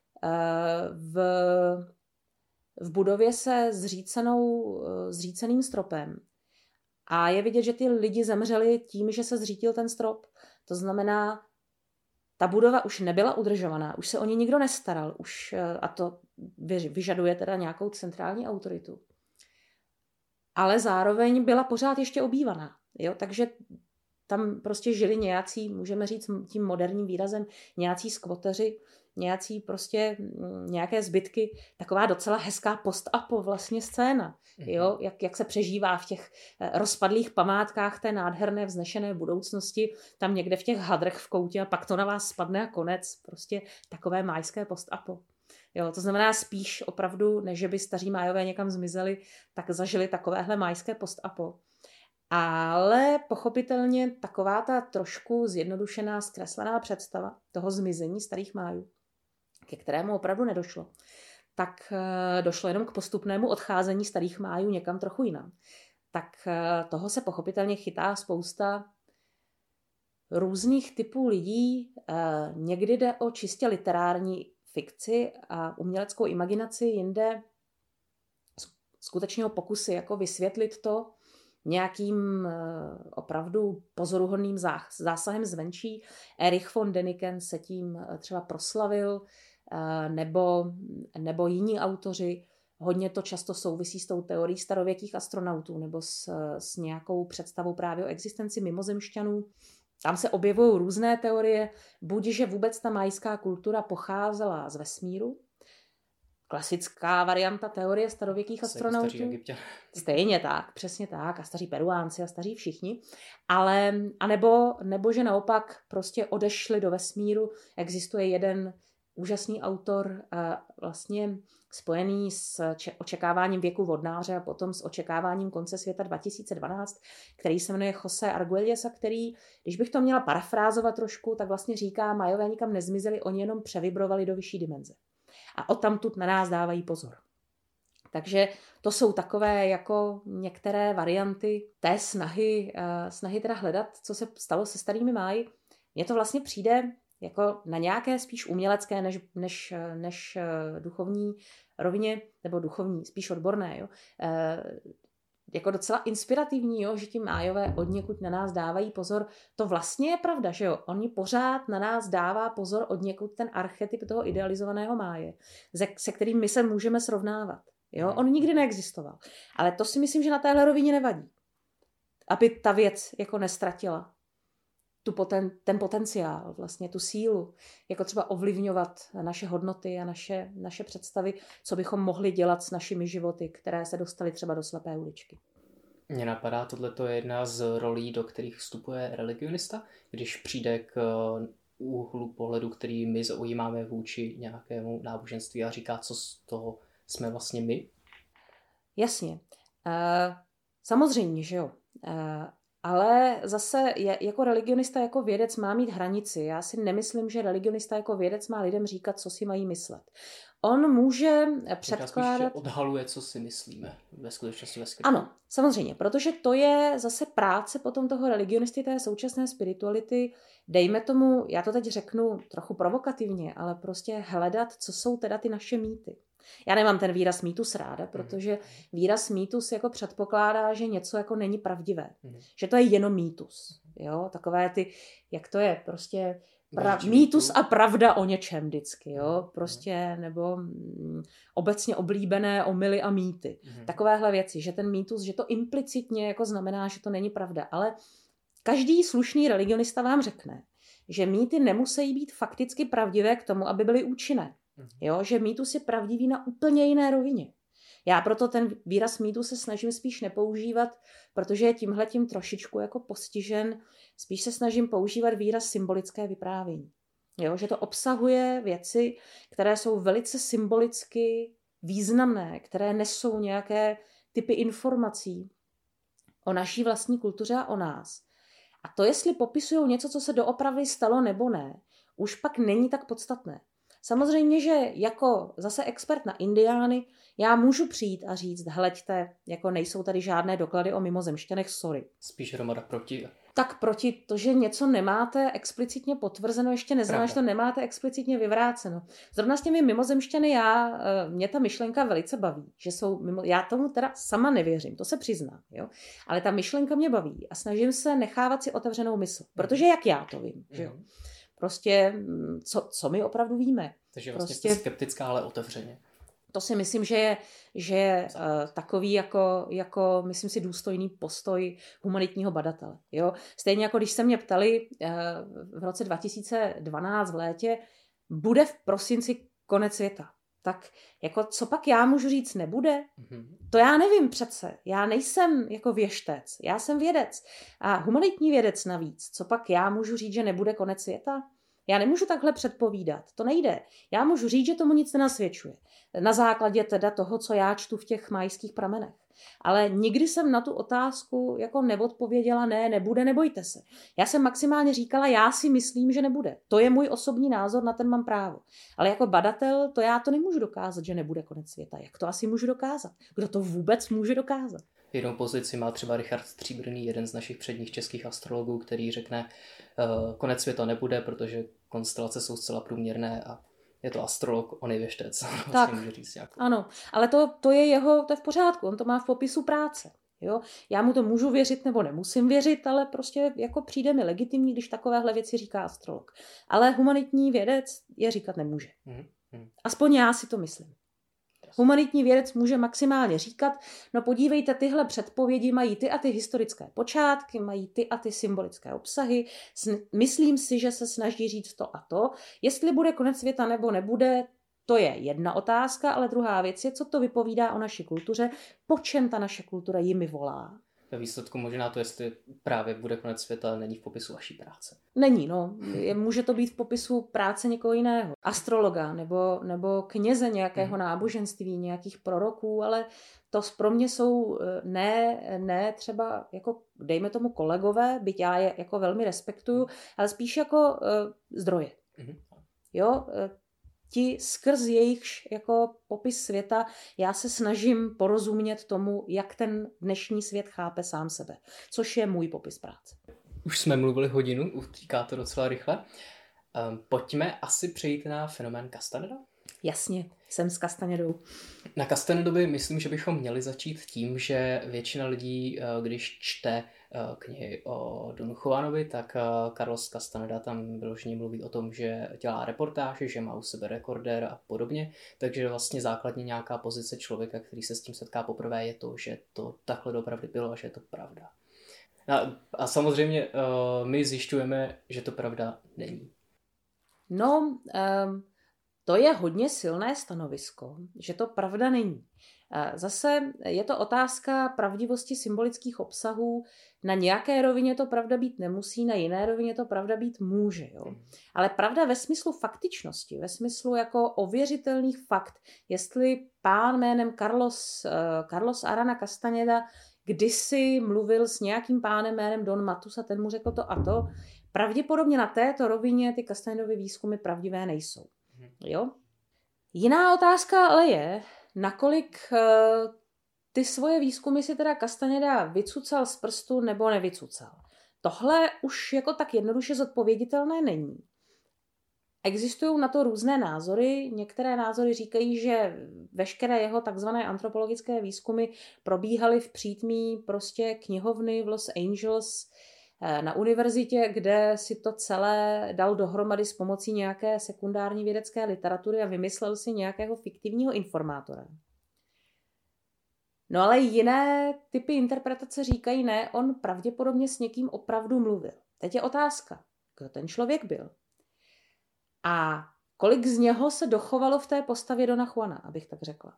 v budově se zříceným stropem. A je vidět, že ty lidi zemřeli tím, že se zřítil ten strop. To znamená, ta budova už nebyla udržovaná, už se o ní nikdo nestaral, a to vyžaduje teda nějakou centrální autoritu. Ale zároveň byla pořád ještě obývaná. Jo? Takže tam prostě žili nějací, můžeme říct tím moderním výrazem, nějací skvoteři, nějaké zbytky, taková docela hezká post-apo vlastně scéna. Jo? Jak se přežívá v těch rozpadlých památkách té nádherné vznešené budoucnosti, tam někde v těch hadrech v koutě a pak to na vás spadne a konec. Prostě takové májské post-apo. Jo, to znamená spíš opravdu, než by staří májové někam zmizeli, tak zažili takovéhle májské post-apo. Ale pochopitelně taková ta trošku zjednodušená, zkreslená představa toho zmizení starých májů, ke kterému opravdu nedošlo, tak došlo jenom k postupnému odcházení starých májů někam trochu jinam. Tak toho se pochopitelně chytá spousta různých typů lidí. Někdy jde o čistě literární fikci a uměleckou imaginaci, jinde skutečného pokusy jako vysvětlit to nějakým opravdu pozoruhodným zásahem zvenčí. Erich von Däniken se tím třeba proslavil, nebo jiní autoři. Hodně to často souvisí s tou teorií starověkých astronautů nebo s nějakou představou právě o existenci mimozemšťanů. Tam se objevují různé teorie, buď že vůbec ta majská kultura pocházela z vesmíru, klasická varianta teorie starověkých astronautů. Stejně tak, přesně tak, a staří Peruánci a staří všichni, nebo že naopak prostě odešli do vesmíru. Existuje jeden úžasný autor, vlastně spojený s očekáváním věku vodnáře a potom s očekáváním konce světa 2012, který se jmenuje José Argüelles, který, když bych to měla parafrázovat trošku, tak vlastně říká, Majové nikam nezmizeli, oni jenom převibrovali do vyšší dimenze. A odtamtud na nás dávají pozor. Takže to jsou takové jako některé varianty té snahy teda hledat, co se stalo se starými máji. Mně to vlastně přijde jako na nějaké spíš umělecké než duchovní rovině, nebo duchovní, spíš odborné, jo. Jako docela inspirativní, jo, že ti májové odněkud na nás dávají pozor. To vlastně je pravda, že jo, oni pořád na nás dává pozor odněkud ten archetyp toho idealizovaného máje, se kterým my se můžeme srovnávat. Jo? On nikdy neexistoval. Ale to si myslím, že na téhle rovině nevadí. Aby ta věc jako nestratila ten potenciál, vlastně tu sílu, jako třeba ovlivňovat naše hodnoty a naše představy, co bychom mohli dělat s našimi životy, které se dostaly třeba do slepé uličky. Mně napadá, tohleto je jedna z rolí, do kterých vstupuje religionista, když přijde k úhlu pohledu, který my zaujímáme vůči nějakému náboženství a říká, co z toho jsme vlastně my. Jasně. Samozřejmě, že jo. Ale zase jako religionista, jako vědec má mít hranici. Já si nemyslím, že religionista jako vědec má lidem říkat, co si mají myslet. On může předkládat... Spíš odhaluje, co si myslíme ve skutečnosti. Ano, samozřejmě, protože to je zase práce potom toho religionisty, té současné spirituality. Dejme tomu, já to teď řeknu trochu provokativně, ale prostě hledat, co jsou teda ty naše mýty. Já nemám ten výraz mýtus ráda, protože výraz mýtus jako předpokládá, že něco jako není pravdivé. Že to je jenom mýtus. Jo? Takové ty, jak to je, prostě mýtus a pravda o něčem vždycky. Jo? Prostě, nebo obecně oblíbené omyly a mýty. Takovéhle věci, že ten mýtus, že to implicitně jako znamená, že to není pravda. Ale Každý slušný religionista vám řekne, že mýty nemusí být fakticky pravdivé k tomu, aby byly účinné. Jo? Že mýtus je pravdivý na úplně jiné rovině. Já proto ten výraz mýtu se snažím spíš nepoužívat, protože je tímhletím trošičku jako postižen. Spíš se snažím používat výraz symbolické vyprávění. Jo? Že to obsahuje věci, které jsou velice symbolicky významné, které nesou nějaké typy informací o naší vlastní kultuře a o nás. A to, jestli popisují něco, co se doopravdy stalo nebo ne, už pak není tak podstatné. Samozřejmě, že jako zase expert na indiány, já můžu přijít a říct, hleďte, jako nejsou tady žádné doklady o mimozemšťanech, sorry. Spíš hromada proti. Tak proti to, že něco nemáte explicitně potvrzeno, ještě neznamená, že to nemáte explicitně vyvráceno. Zrovna s těmi mimozemšťany mě ta myšlenka velice baví, že jsou já tomu teda sama nevěřím, to se přiznám, jo? Ale ta myšlenka mě baví a snažím se nechávat si otevřenou mysl, protože jak já to vím, že jo? Prostě, co my opravdu víme. Takže vlastně jste skeptická, ale otevřeně. To si myslím, že je takový jako, myslím si, důstojný postoj humanitního badatele. Jo? Stejně jako když se mě ptali v roce 2012 v létě, bude v prosinci konec světa. Tak jako co pak já můžu říct nebude? To já nevím přece. Já nejsem jako věštec. Já jsem vědec. A humanitní vědec navíc. Co pak já můžu říct, že nebude konec světa? Já nemůžu takhle předpovídat. To nejde. Já můžu říct, že tomu nic nenasvědčuje. Na základě teda toho, co já čtu v těch majských pramenech. Ale nikdy jsem na tu otázku jako neodpověděla, nebude, nebojte se. Já jsem maximálně říkala, já si myslím, že nebude. To je můj osobní názor, na ten mám právo. Ale jako badatel, já to nemůžu dokázat, že nebude konec světa. Jak to asi můžu dokázat? Kdo to vůbec může dokázat? Jednou pozici má třeba Richard Stříbrný, jeden z našich předních českých astrologů, který řekne, konec světa nebude, protože konstelace jsou zcela průměrné a je to astrolog, on je věštec. Tak, ano, ale to je v pořádku, on to má v popisu práce. Jo? Já mu to můžu věřit nebo nemusím věřit, ale prostě jako přijde mi legitimní, když takovéhle věci říká astrolog. Ale humanitní vědec je říkat nemůže. Aspoň já si to myslím. Humanitní vědec může maximálně říkat, no podívejte, tyhle předpovědi mají ty a ty historické počátky, mají ty a ty symbolické obsahy, myslím si, že se snaží říct to a to. Jestli bude konec světa nebo nebude, to je jedna otázka, ale druhá věc je, co to vypovídá o naší kultuře, po čem ta naše kultura jimi volá. Ve výsledku možná to, jestli právě bude konec světa, není v popisu vaší práce. Není, může to být v popisu práce někoho jiného. Astrologa nebo kněze nějakého náboženství, nějakých proroků, ale to pro mě jsou ne třeba jako dejme tomu kolegové, byť já je jako velmi respektuju, ale spíš jako zdroje. Jo, ti skrz jejichž jako popis světa já se snažím porozumět tomu, jak ten dnešní svět chápe sám sebe, což je můj popis práce. Už jsme mluvili hodinu, utíká to docela rychle. Pojďme asi přejít na fenomén Castaneda. Jasně, jsem s Castanedou. Na Castanedovi myslím, že bychom měli začít tím, že většina lidí, když čte knihy o Donu Juanovi, tak Carlos Castaneda tam vyloženě mluví o tom, že dělá reportáže, že má u sebe rekordér a podobně, takže vlastně základně nějaká pozice člověka, který se s tím setká poprvé, je to, že to takhle doopravdy bylo a že je to pravda. A samozřejmě my zjišťujeme, že to pravda není. To je hodně silné stanovisko, že to pravda není. Zase je to otázka pravdivosti symbolických obsahů. Na nějaké rovině to pravda být nemusí, na jiné rovině to pravda být může. Jo? Ale pravda ve smyslu faktičnosti, ve smyslu jako ověřitelných fakt, jestli pán jménem Carlos Arana Castaneda kdysi mluvil s nějakým pánem jménem Don Matus a ten mu řekl to a to, pravděpodobně na této rovině ty Castanedovy výzkumy pravdivé nejsou. Jo? Jiná otázka ale je, nakolik ty svoje výzkumy si teda Castaneda vycucal z prstu nebo nevycucal. Tohle už jako tak jednoduše zodpověditelné není. Existují na to různé názory. Některé názory říkají, že veškeré jeho takzvané antropologické výzkumy probíhaly v přítmí prostě knihovny v Los Angeles na univerzitě, kde si to celé dal dohromady s pomocí nějaké sekundární vědecké literatury a vymyslel si nějakého fiktivního informátora. No ale jiné typy interpretace říkají ne, on pravděpodobně s někým opravdu mluvil. Teď je otázka, kdo ten člověk byl. A kolik z něho se dochovalo v té postavě Dona Juana, abych tak řekla.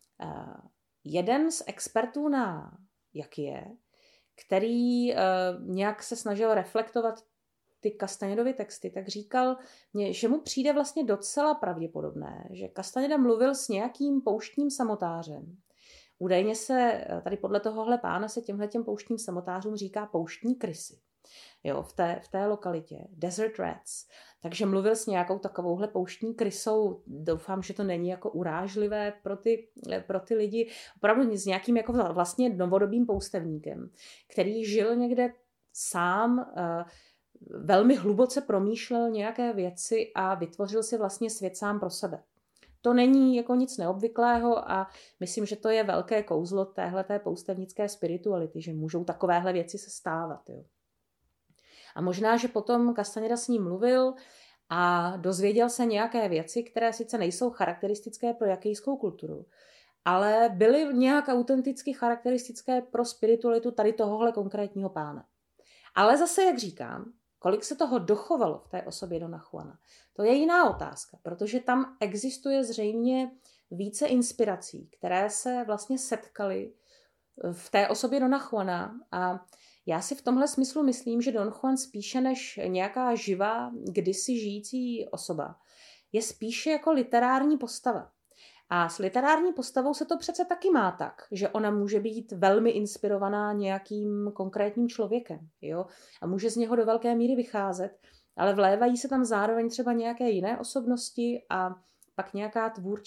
Jeden z expertů na jak je, který nějak se snažil reflektovat ty Castañedovy texty, tak říkal, že mu přijde vlastně docela pravděpodobné, že Castañeda mluvil s nějakým pouštním samotářem. Údajně se tady podle tohohle pána se těmhletěm pouštním samotářům říká pouštní krysy. Jo, v té lokalitě. Desert rats. Takže mluvil s nějakou takovouhle pouštní krysou. Doufám, že to není jako urážlivé pro ty lidi. Opravdu s nějakým jako vlastně novodobým poustevníkem, který žil někde sám, velmi hluboce promýšlel nějaké věci a vytvořil si vlastně svět sám pro sebe. To není jako nic neobvyklého a myslím, že to je velké kouzlo téhleté poustevnické spirituality, že můžou takovéhle věci se stávat. Jo. A možná, že potom Castañeda s ním mluvil a dozvěděl se nějaké věci, které sice nejsou charakteristické pro jakýskou kulturu, ale byly nějak autenticky charakteristické pro spiritualitu tady tohohle konkrétního pána. Ale zase, jak říkám, kolik se toho dochovalo v té osobě Dona Juana, to je jiná otázka, protože tam existuje zřejmě více inspirací, které se vlastně setkaly v té osobě Dona Juana a já si v tomhle smyslu myslím, že Don Juan spíše než nějaká živá, kdysi žijící osoba, je spíše jako literární postava. A s literární postavou se to přece taky má tak, že ona může být velmi inspirovaná nějakým konkrétním člověkem. Jo? A může z něho do velké míry vycházet, ale vlévají se tam zároveň třeba nějaké jiné osobnosti a pak nějaká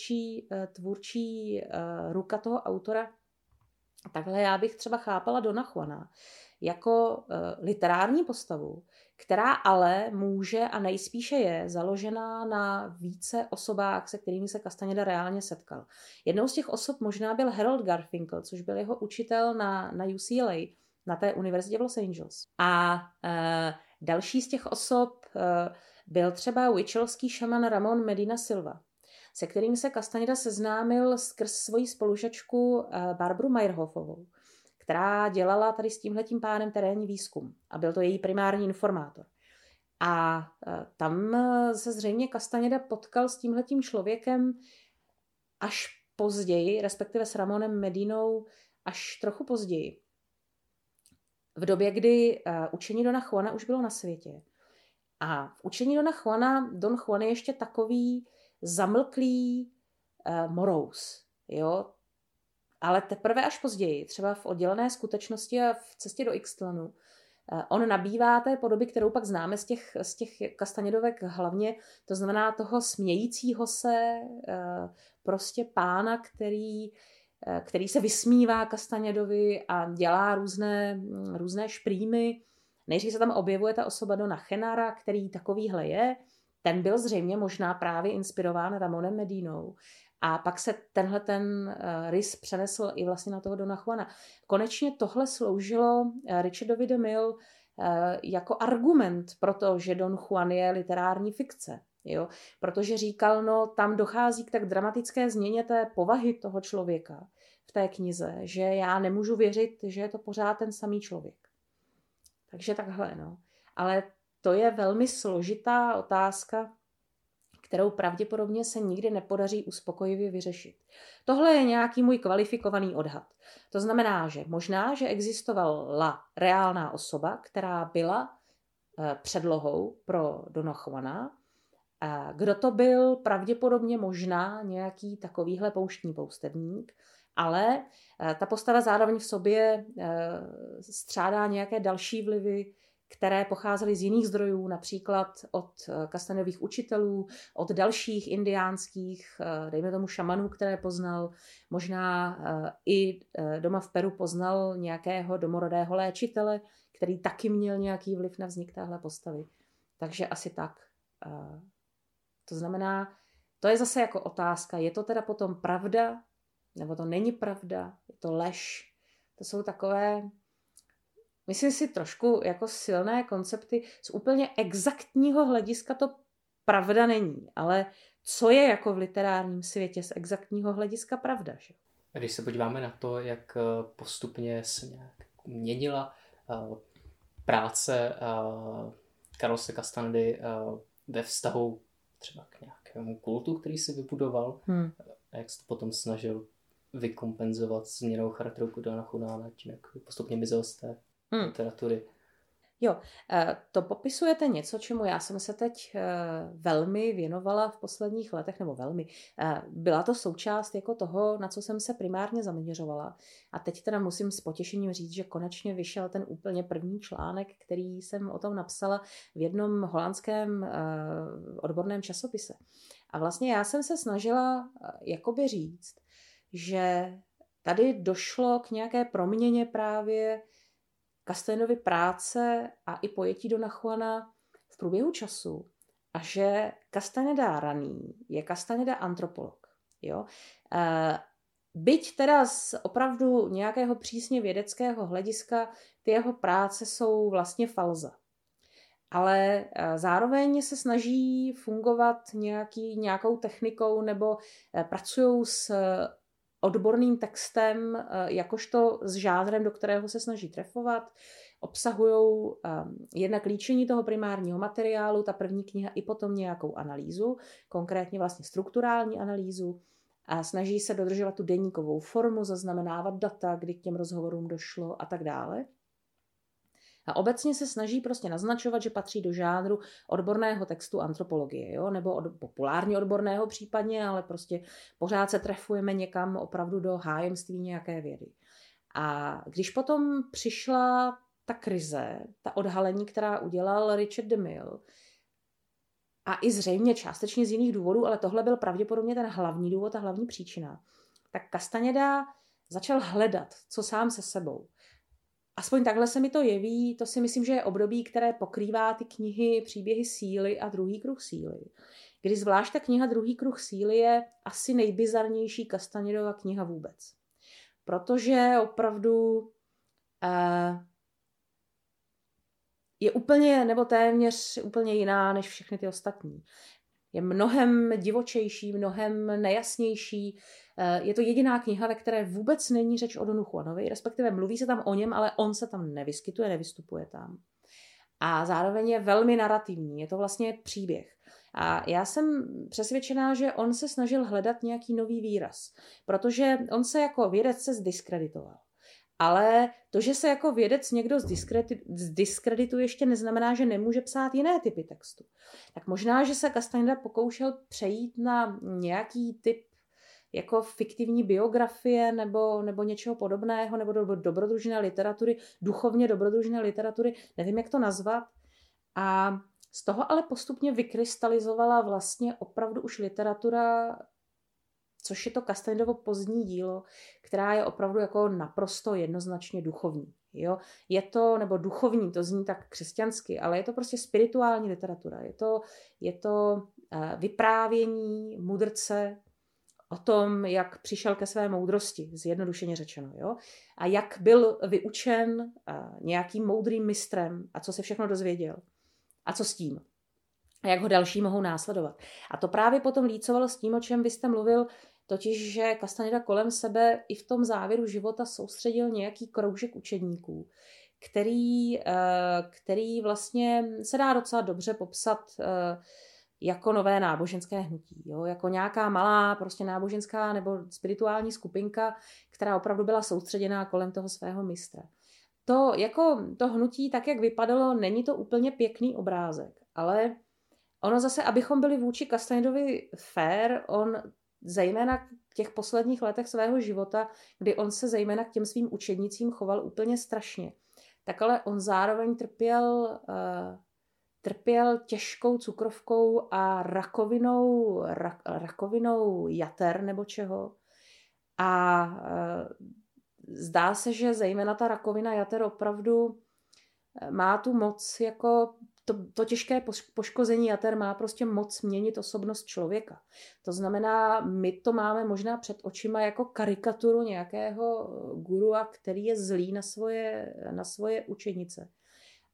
tvůrčí ruka toho autora. Takhle já bych třeba chápala Dona Juana jako literární postavu, která ale může a nejspíše je založená na více osobách, se kterými se Castañeda reálně setkal. Jednou z těch osob možná byl Harold Garfinkel, což byl jeho učitel na UCLA, na té univerzitě v Los Angeles. A další z těch osob byl třeba huichelský šaman Ramon Medina Silva, se kterým se Castañeda seznámil skrz svoji spolužačku Barbaru Meyerhofovou, která dělala tady s tímhletím pánem terénní výzkum a byl to její primární informátor. A tam se zřejmě Castañeda potkal s tímhletím člověkem až později, respektive s Ramonem Medinou až trochu později. V době, kdy učení Dona Juana už bylo na světě. A v učení Dona Juana, Don Juan je ještě takový zamlklý morous, jo? Ale teprve až později, třeba v oddělené skutečnosti a v cestě do Ixtlanu, on nabývá té podoby, kterou pak známe z těch Castañedovek hlavně, to znamená toho smějícího se prostě pána, který se vysmívá Castañedovi a dělá různé šprýmy. Nejdřív se tam objevuje ta osoba Dona Genara, který takovýhle je. Ten byl zřejmě možná právě inspirován Ramonem Medinou. A pak se tenhle rys přenesl i vlastně na toho Dona Juana. Konečně tohle sloužilo Richardovi de Mille jako argument pro to, že Don Juan je literární fikce. Jo? Protože říkal, no tam dochází k tak dramatické změně té povahy toho člověka v té knize, že já nemůžu věřit, že je to pořád ten samý člověk. Takže takhle, no. Ale to je velmi složitá otázka, kterou pravděpodobně se nikdy nepodaří uspokojivě vyřešit. Tohle je nějaký můj kvalifikovaný odhad. To znamená, že možná, že existovala reálná osoba, která byla předlohou pro Dona Juana. Kdo to byl? Pravděpodobně možná nějaký takovýhle pouštní poustevník, ale ta postava zároveň v sobě střádá nějaké další vlivy, které pocházely z jiných zdrojů, například od Castañedových učitelů, od dalších indiánských, dejme tomu šamanů, které poznal, možná i doma v Peru poznal nějakého domorodého léčitele, který taky měl nějaký vliv na vznik téhle postavy. Takže asi tak. To znamená, to je zase jako otázka, je to teda potom pravda, nebo to není pravda, je to lež. To jsou takové, myslím si, trošku jako silné koncepty. Z úplně exaktního hlediska to pravda není, ale co je jako v literárním světě z exaktního hlediska pravda? Že? A když se podíváme na to, jak postupně se nějak měnila práce Carlose Castanedy ve vztahu třeba k nějakému kultu, který si vybudoval, a jak se to potom snažil vykompenzovat změnou charakteru Kudana Chunána, tím jak postupně mizel z té literatury. Jo, to popisujete něco, čemu já jsem se teď velmi věnovala v posledních letech, nebo velmi. Byla to součást jako toho, na co jsem se primárně zaměřovala. A teď teda musím s potěšením říct, že konečně vyšel ten úplně první článek, který jsem o tom napsala v jednom holandském odborném časopise. A vlastně já jsem se snažila jakoby říct, že tady došlo k nějaké proměně právě Castanedovy práce a i pojetí Dona Juana v průběhu času a že Castaneda raný je Castaneda antropolog. Jo? Byť teda z opravdu nějakého přísně vědeckého hlediska ty jeho práce jsou vlastně falza. Ale zároveň se snaží fungovat nějakou technikou nebo pracují s odborným textem, jakožto s žánrem, do kterého se snaží trefovat. Obsahují jednak líčení toho primárního materiálu, ta první kniha, i potom nějakou analýzu, konkrétně vlastně strukturální analýzu. A snaží se dodržovat tu deníkovou formu, zaznamenávat data, kdy k těm rozhovorům došlo a tak dále. A obecně se snaží prostě naznačovat, že patří do žánru odborného textu antropologie, jo? Nebo populárně odborného případně, ale prostě pořád se trefujeme někam opravdu do hájemství nějaké vědy. A když potom přišla ta krize, ta odhalení, která udělal Richard de Mille, a i zřejmě částečně z jiných důvodů, ale tohle byl pravděpodobně ten hlavní důvod a hlavní příčina, tak Castaneda začal hledat, co sám se sebou. Aspoň takhle se mi to jeví, to si myslím, že je období, které pokrývá ty knihy Příběhy síly a Druhý kruh síly. Kdy zvlášť ta kniha Druhý kruh síly je asi nejbizarnější Castanedova kniha vůbec. Protože opravdu je úplně, nebo téměř úplně jiná než všechny ty ostatní. Je mnohem divočejší, mnohem nejasnější. Je to jediná kniha, ve které vůbec není řeč o Donu Juanovi, respektive mluví se tam o něm, ale on se tam nevyskytuje, nevystupuje tam. A zároveň je velmi narrativní, je to vlastně příběh. A já jsem přesvědčená, že on se snažil hledat nějaký nový výraz, protože on se jako vědec se zdiskreditoval. Ale to, že se jako vědec někdo zdiskredituje, ještě neznamená, že nemůže psát jiné typy textu. Tak možná, že se Castaneda pokoušel přejít na nějaký typ jako fiktivní biografie nebo něčeho podobného, nebo do dobrodružné literatury, duchovně dobrodružné literatury, nevím, jak to nazvat. A z toho ale postupně vykrystalizovala vlastně opravdu už literatura, což je to Castanedovo pozdní dílo, která je opravdu jako naprosto jednoznačně duchovní. Jo? Je to, nebo duchovní, to zní tak křesťansky, ale je to prostě spirituální literatura. Je to vyprávění mudrce o tom, jak přišel ke své moudrosti, zjednodušeně řečeno. Jo? A jak byl vyučen nějakým moudrým mistrem a co se všechno dozvěděl. A co s tím. A jak ho další mohou následovat. A to právě potom lícovalo s tím, o čem vy jste mluvil, totiž, že Castaneda kolem sebe i v tom závěru života soustředil nějaký kroužek učedníků, který vlastně se dá docela dobře popsat jako nové náboženské hnutí. Jo? Jako nějaká malá prostě náboženská nebo spirituální skupinka, která opravdu byla soustředěná kolem toho svého mistra. To hnutí, tak jak vypadalo, není to úplně pěkný obrázek, ale ono zase, abychom byli vůči Castanedovi fair, on zejména v těch posledních letech svého života, kdy on se zejména k těm svým učednicím choval úplně strašně, tak ale on zároveň trpěl těžkou cukrovkou a rakovinou jater nebo čeho. A zdá se, že zejména ta rakovina jater opravdu má tu moc, jako to těžké poškození jater má prostě moc měnit osobnost člověka. To znamená, my to máme možná před očima jako karikaturu nějakého gurua, který je zlý na svoje učenice.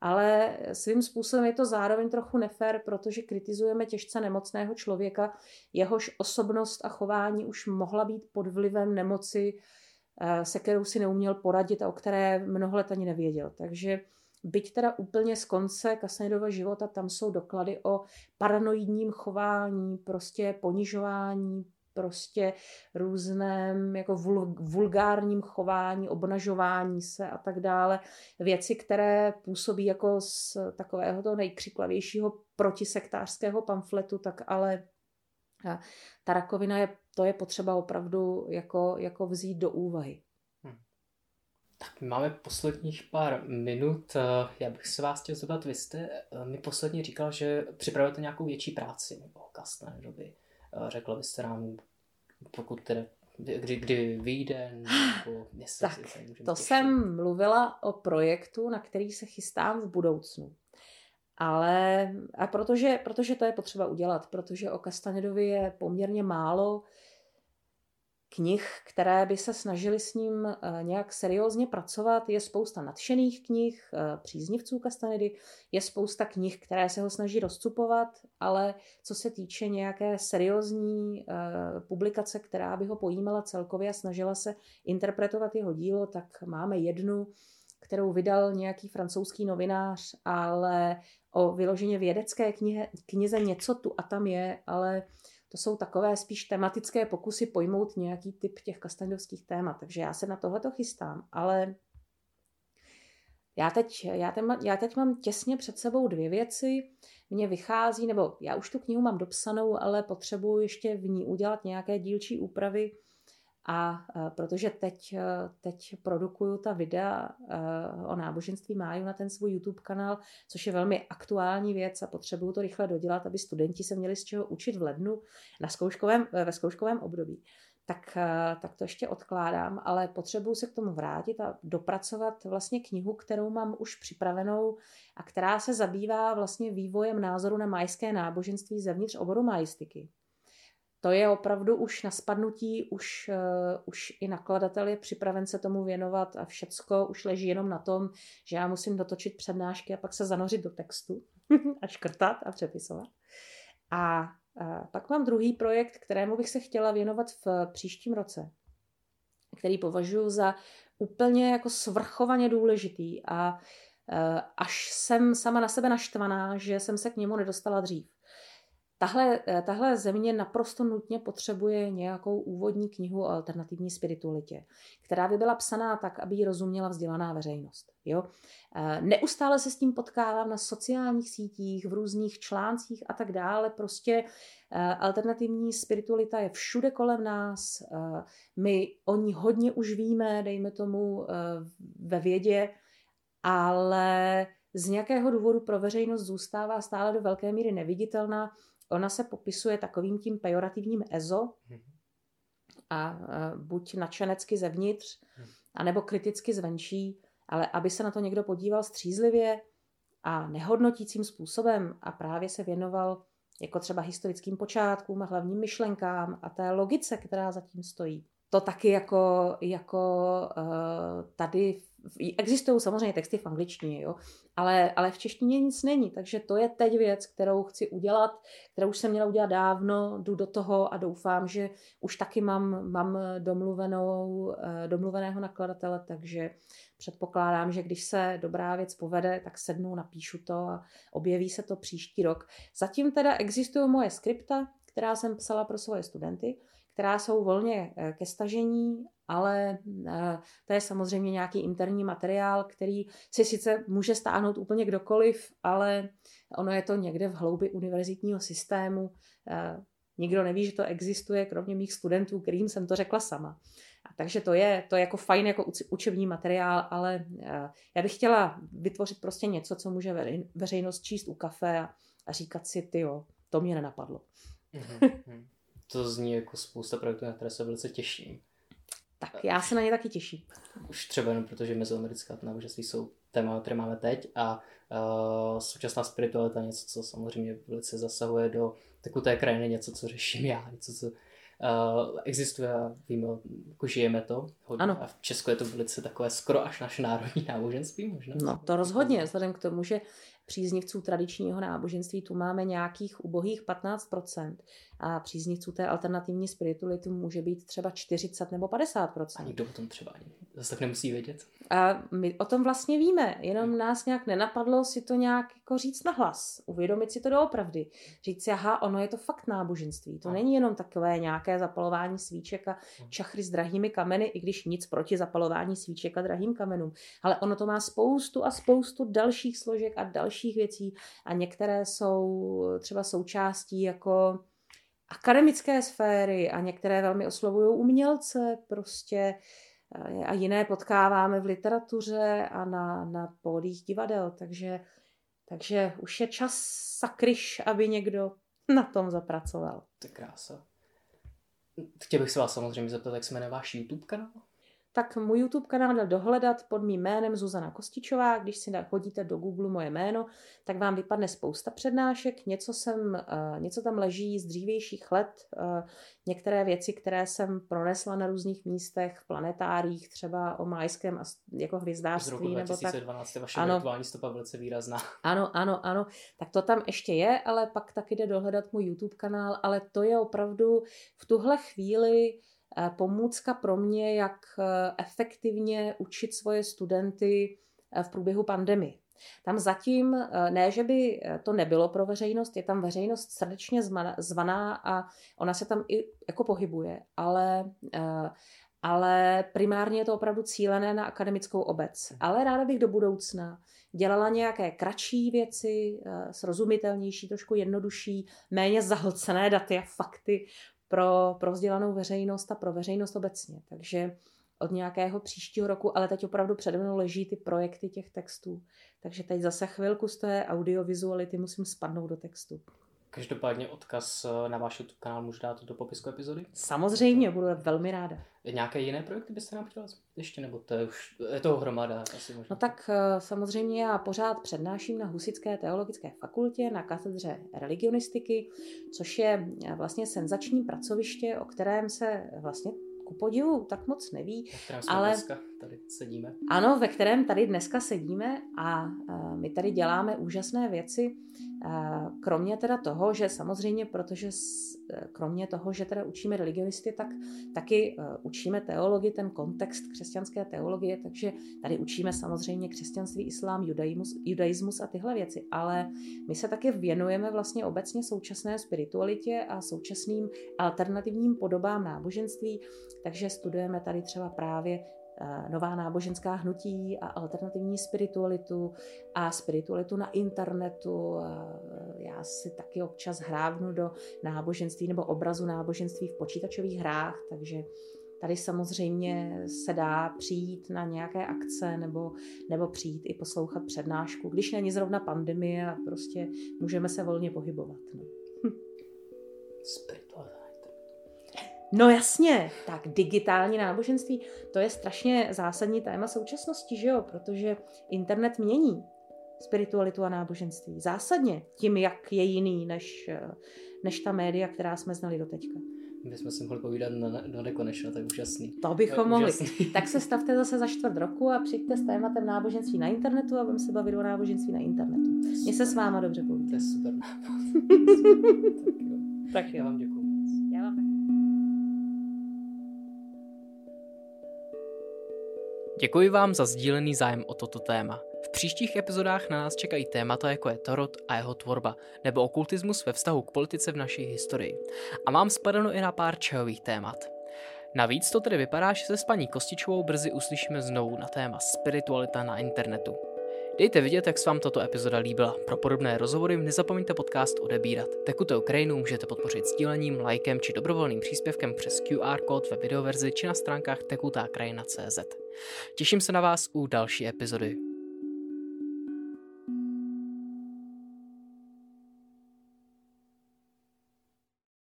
ale svým způsobem je to zároveň trochu nefér, protože kritizujeme těžce nemocného člověka, jehož osobnost a chování už mohla být pod vlivem nemoci, se kterou si neuměl poradit a o které mnoho let ani nevěděl. Takže byť teda úplně z konce Castanedova života, tam jsou doklady o paranoidním chování, prostě ponižování, prostě různém jako vulgárním chování, obnažování se a tak dále. Věci, které působí jako z takového toho nejkřiklavějšího protisektářského pamfletu, tak ale ta rakovina to je potřeba opravdu jako vzít do úvahy. Tak my máme posledních pár minut. Já bych se vás chtěl zeptat, vy jste mi posledně říkal, že připravujete nějakou větší práci o Castanedovi. Řekla byste nám, pokud teda, kdy vyjde, nebo jestli tak, se můžeme to těšit. jsem mluvila o projektu, na který se chystám v budoucnu. Ale protože to je potřeba udělat, protože o Castanedovi je poměrně málo knih, které by se snažily s ním nějak seriózně pracovat. Je spousta nadšených knih, příznivců Castanedy, je spousta knih, které se ho snaží rozcupovat, ale co se týče nějaké seriózní publikace, která by ho pojímala celkově a snažila se interpretovat jeho dílo, tak máme jednu, kterou vydal nějaký francouzský novinář, ale o vyloženě vědecké knize něco tu a tam je, ale to jsou takové spíš tematické pokusy pojmout nějaký typ těch Castanedovských témat. Takže já se na tohleto chystám, ale já teď mám těsně před sebou dvě věci. Mně vychází, nebo já už tu knihu mám dopsanou, ale potřebuji ještě v ní udělat nějaké dílčí úpravy. A protože teď produkuju ta videa o náboženství máju na ten svůj YouTube kanál, což je velmi aktuální věc a potřebuju to rychle dodělat, aby studenti se měli z čeho učit v lednu ve zkouškovém období. Tak to ještě odkládám, ale potřebuju se k tomu vrátit a dopracovat vlastně knihu, kterou mám už připravenou a která se zabývá vlastně vývojem názoru na majské náboženství zevnitř oboru majistiky. To je opravdu už na spadnutí, už i nakladatel je připraven se tomu věnovat a všecko už leží jenom na tom, že já musím dotočit přednášky a pak se zanořit do textu a škrtat a přepisovat. A pak mám druhý projekt, kterému bych se chtěla věnovat v příštím roce, který považuji za úplně jako svrchovaně důležitý a až jsem sama na sebe naštvaná, že jsem se k němu nedostala dřív. Tahle země naprosto nutně potřebuje nějakou úvodní knihu o alternativní spiritualitě, která by byla psaná tak, aby ji rozuměla vzdělaná veřejnost. Jo? Neustále se s tím potkávám na sociálních sítích, v různých článcích a tak dále. Prostě alternativní spiritualita je všude kolem nás. My o ní hodně už víme, dejme tomu ve vědě, ale z nějakého důvodu pro veřejnost zůstává stále do velké míry neviditelná. Ona se popisuje takovým tím pejorativním ezo a buď nadšenecky zevnitř, anebo kriticky zvenčí, ale aby se na to někdo podíval střízlivě a nehodnotícím způsobem a právě se věnoval jako třeba historickým počátkům a hlavním myšlenkám a té logice, která zatím stojí. To taky jako tady existují samozřejmě texty v angličtině, jo? Ale v češtině nic není, takže to je teď věc, kterou chci udělat, kterou už jsem měla udělat dávno, jdu do toho a doufám, že už taky mám domluveného nakladatele, takže předpokládám, že když se dobrá věc povede, tak sednu, napíšu to a objeví se to příští rok. Zatím teda existují moje skripta, která jsem psala pro svoje studenty, která jsou volně ke stažení, ale to je samozřejmě nějaký interní materiál, který si sice může stáhnout úplně kdokoliv, ale ono je to někde v hloubi univerzitního systému. Nikdo neví, že to existuje, kromě mých studentů, kterým jsem to řekla sama. Takže to je jako fajn jako učební materiál, ale já bych chtěla vytvořit prostě něco, co může veřejnost číst u kafe a říkat si, tyjo, to mě nenapadlo. To zní jako spousta projektů, na které se velice těším. Tak já se na ně taky těším. Už třeba jenom protože mezoamerická náboženství jsou téma, které máme teď a současná spiritualita něco, co samozřejmě velice zasahuje do té krajiny, něco, co řeším já, něco, co Existuje, víme, jako žijeme to hodně. Ano. A v Česku je to velice takové skoro až naše národní náboženství možná. No to rozhodně, vzhledem k tomu, že příznivců tradičního náboženství tu máme nějakých ubohých 15% a příznivců té alternativní spirituality může být třeba 40 nebo 50%. A nikdo o tom třeba ani zase tak nemusí vědět. A my o tom vlastně víme, jenom nás nějak nenapadlo si to nějak jako říct nahlas, uvědomit si to doopravdy. Říct si, aha, ono je to fakt náboženství, to není jenom takové nějaké zapalování svíček a čachry s drahými kameny, i když nic proti zapalování svíček a drahým kamenům, ale ono to má spoustu a spoustu dalších složek a dalších věcí a některé jsou třeba součástí jako akademické sféry a některé velmi oslovují umělce prostě a jiné potkáváme v literatuře a na pódiích divadel, takže už je čas sakryš, aby někdo na tom zapracoval. To je krása. Chtěl bych se vás samozřejmě zeptat, jak se jmenuje váš YouTube kanál? Tak můj YouTube kanál dal dohledat pod mým jménem Zuzana Kostičová. Když si hodíte do Google moje jméno, tak vám vypadne spousta přednášek. Něco tam leží z dřívějších let. Některé věci, které jsem pronesla na různých místech, v planetáriích, třeba o májském jako hvězdářství. Z roku 2012 je vaše virtuální stopa velice výrazná. Ano. Tak to tam ještě je, ale pak taky jde dohledat můj YouTube kanál, ale to je opravdu v tuhle chvíli pomůcka pro mě, jak efektivně učit svoje studenty v průběhu pandemie. Tam zatím, ne, že by to nebylo pro veřejnost, je tam veřejnost srdečně zvaná a ona se tam i jako pohybuje, ale primárně je to opravdu cílené na akademickou obec. Ale ráda bych do budoucna dělala nějaké kratší věci, srozumitelnější, trošku jednodušší, méně zahlcené daty a fakty pro vzdělanou veřejnost a pro veřejnost obecně. Takže od nějakého příštího roku, ale teď opravdu přede mnou leží ty projekty těch textů. Takže teď zase chvilku z té audiovizuality musím spadnout do textu. Každopádně odkaz na váš YouTube kanál můžu dát do popisku epizody? Samozřejmě, budu velmi ráda. Nějaké jiné projekty byste nám chtěla ještě, nebo je to hromada? Asi možná. No tak samozřejmě já pořád přednáším na Husitské teologické fakultě na katedře religionistiky, což je vlastně senzační pracoviště, o kterém se vlastně ku podivu tak moc neví. Ve kterém jsme dneska tady sedíme. Ano, ve kterém tady dneska sedíme a my tady děláme úžasné věci, kromě teda toho, že samozřejmě, protože kromě toho, že teda učíme religionisty, tak taky učíme teologii, ten kontext křesťanské teologie, takže tady učíme samozřejmě křesťanství, islám, judaismus a tyhle věci, ale my se taky věnujeme vlastně obecně současné spiritualitě a současným alternativním podobám náboženství, takže studujeme tady třeba právě nová náboženská hnutí a alternativní spiritualitu a spiritualitu na internetu. Já si taky občas hrábnu do náboženství nebo obrazu náboženství v počítačových hrách, takže tady samozřejmě se dá přijít na nějaké akce nebo přijít i poslouchat přednášku, když není zrovna pandemie a prostě můžeme se volně pohybovat. No. No jasně, tak digitální náboženství, to je strašně zásadní téma současnosti, že jo? Protože internet mění spiritualitu a náboženství. Zásadně tím, jak je jiný než ta média, která jsme znali doteďka. My bychom si mohli povídat do nekonečna, to je úžasný. To bychom mohli. Tak se stavte zase za 4 roku a přijďte s tématem náboženství na internetu a budeme se bavit o náboženství na internetu. Mně se s váma dobře povídá. To je super. Tak jo. Já vám děkuju. Já vám taky. Děkuji vám za sdílený zájem o toto téma. V příštích epizodách na nás čekají témata, jako je Tarot a jeho tvorba, nebo okultismus ve vztahu k politice v naší historii. A mám spadeno i na pár čajových témat. Navíc to tedy vypadá, že se s paní Kostičovou brzy uslyšíme znovu na téma spiritualita na internetu. Dejte vidět, jak se vám tato epizoda líbila. Pro podobné rozhovory nezapomeňte podcast odebírat. Tekutou krajinu můžete podpořit sdílením, lajkem či dobrovolným příspěvkem přes QR kód ve videoverzi či na stránkách tekutákrajina.cz. Těším se na vás u další epizody.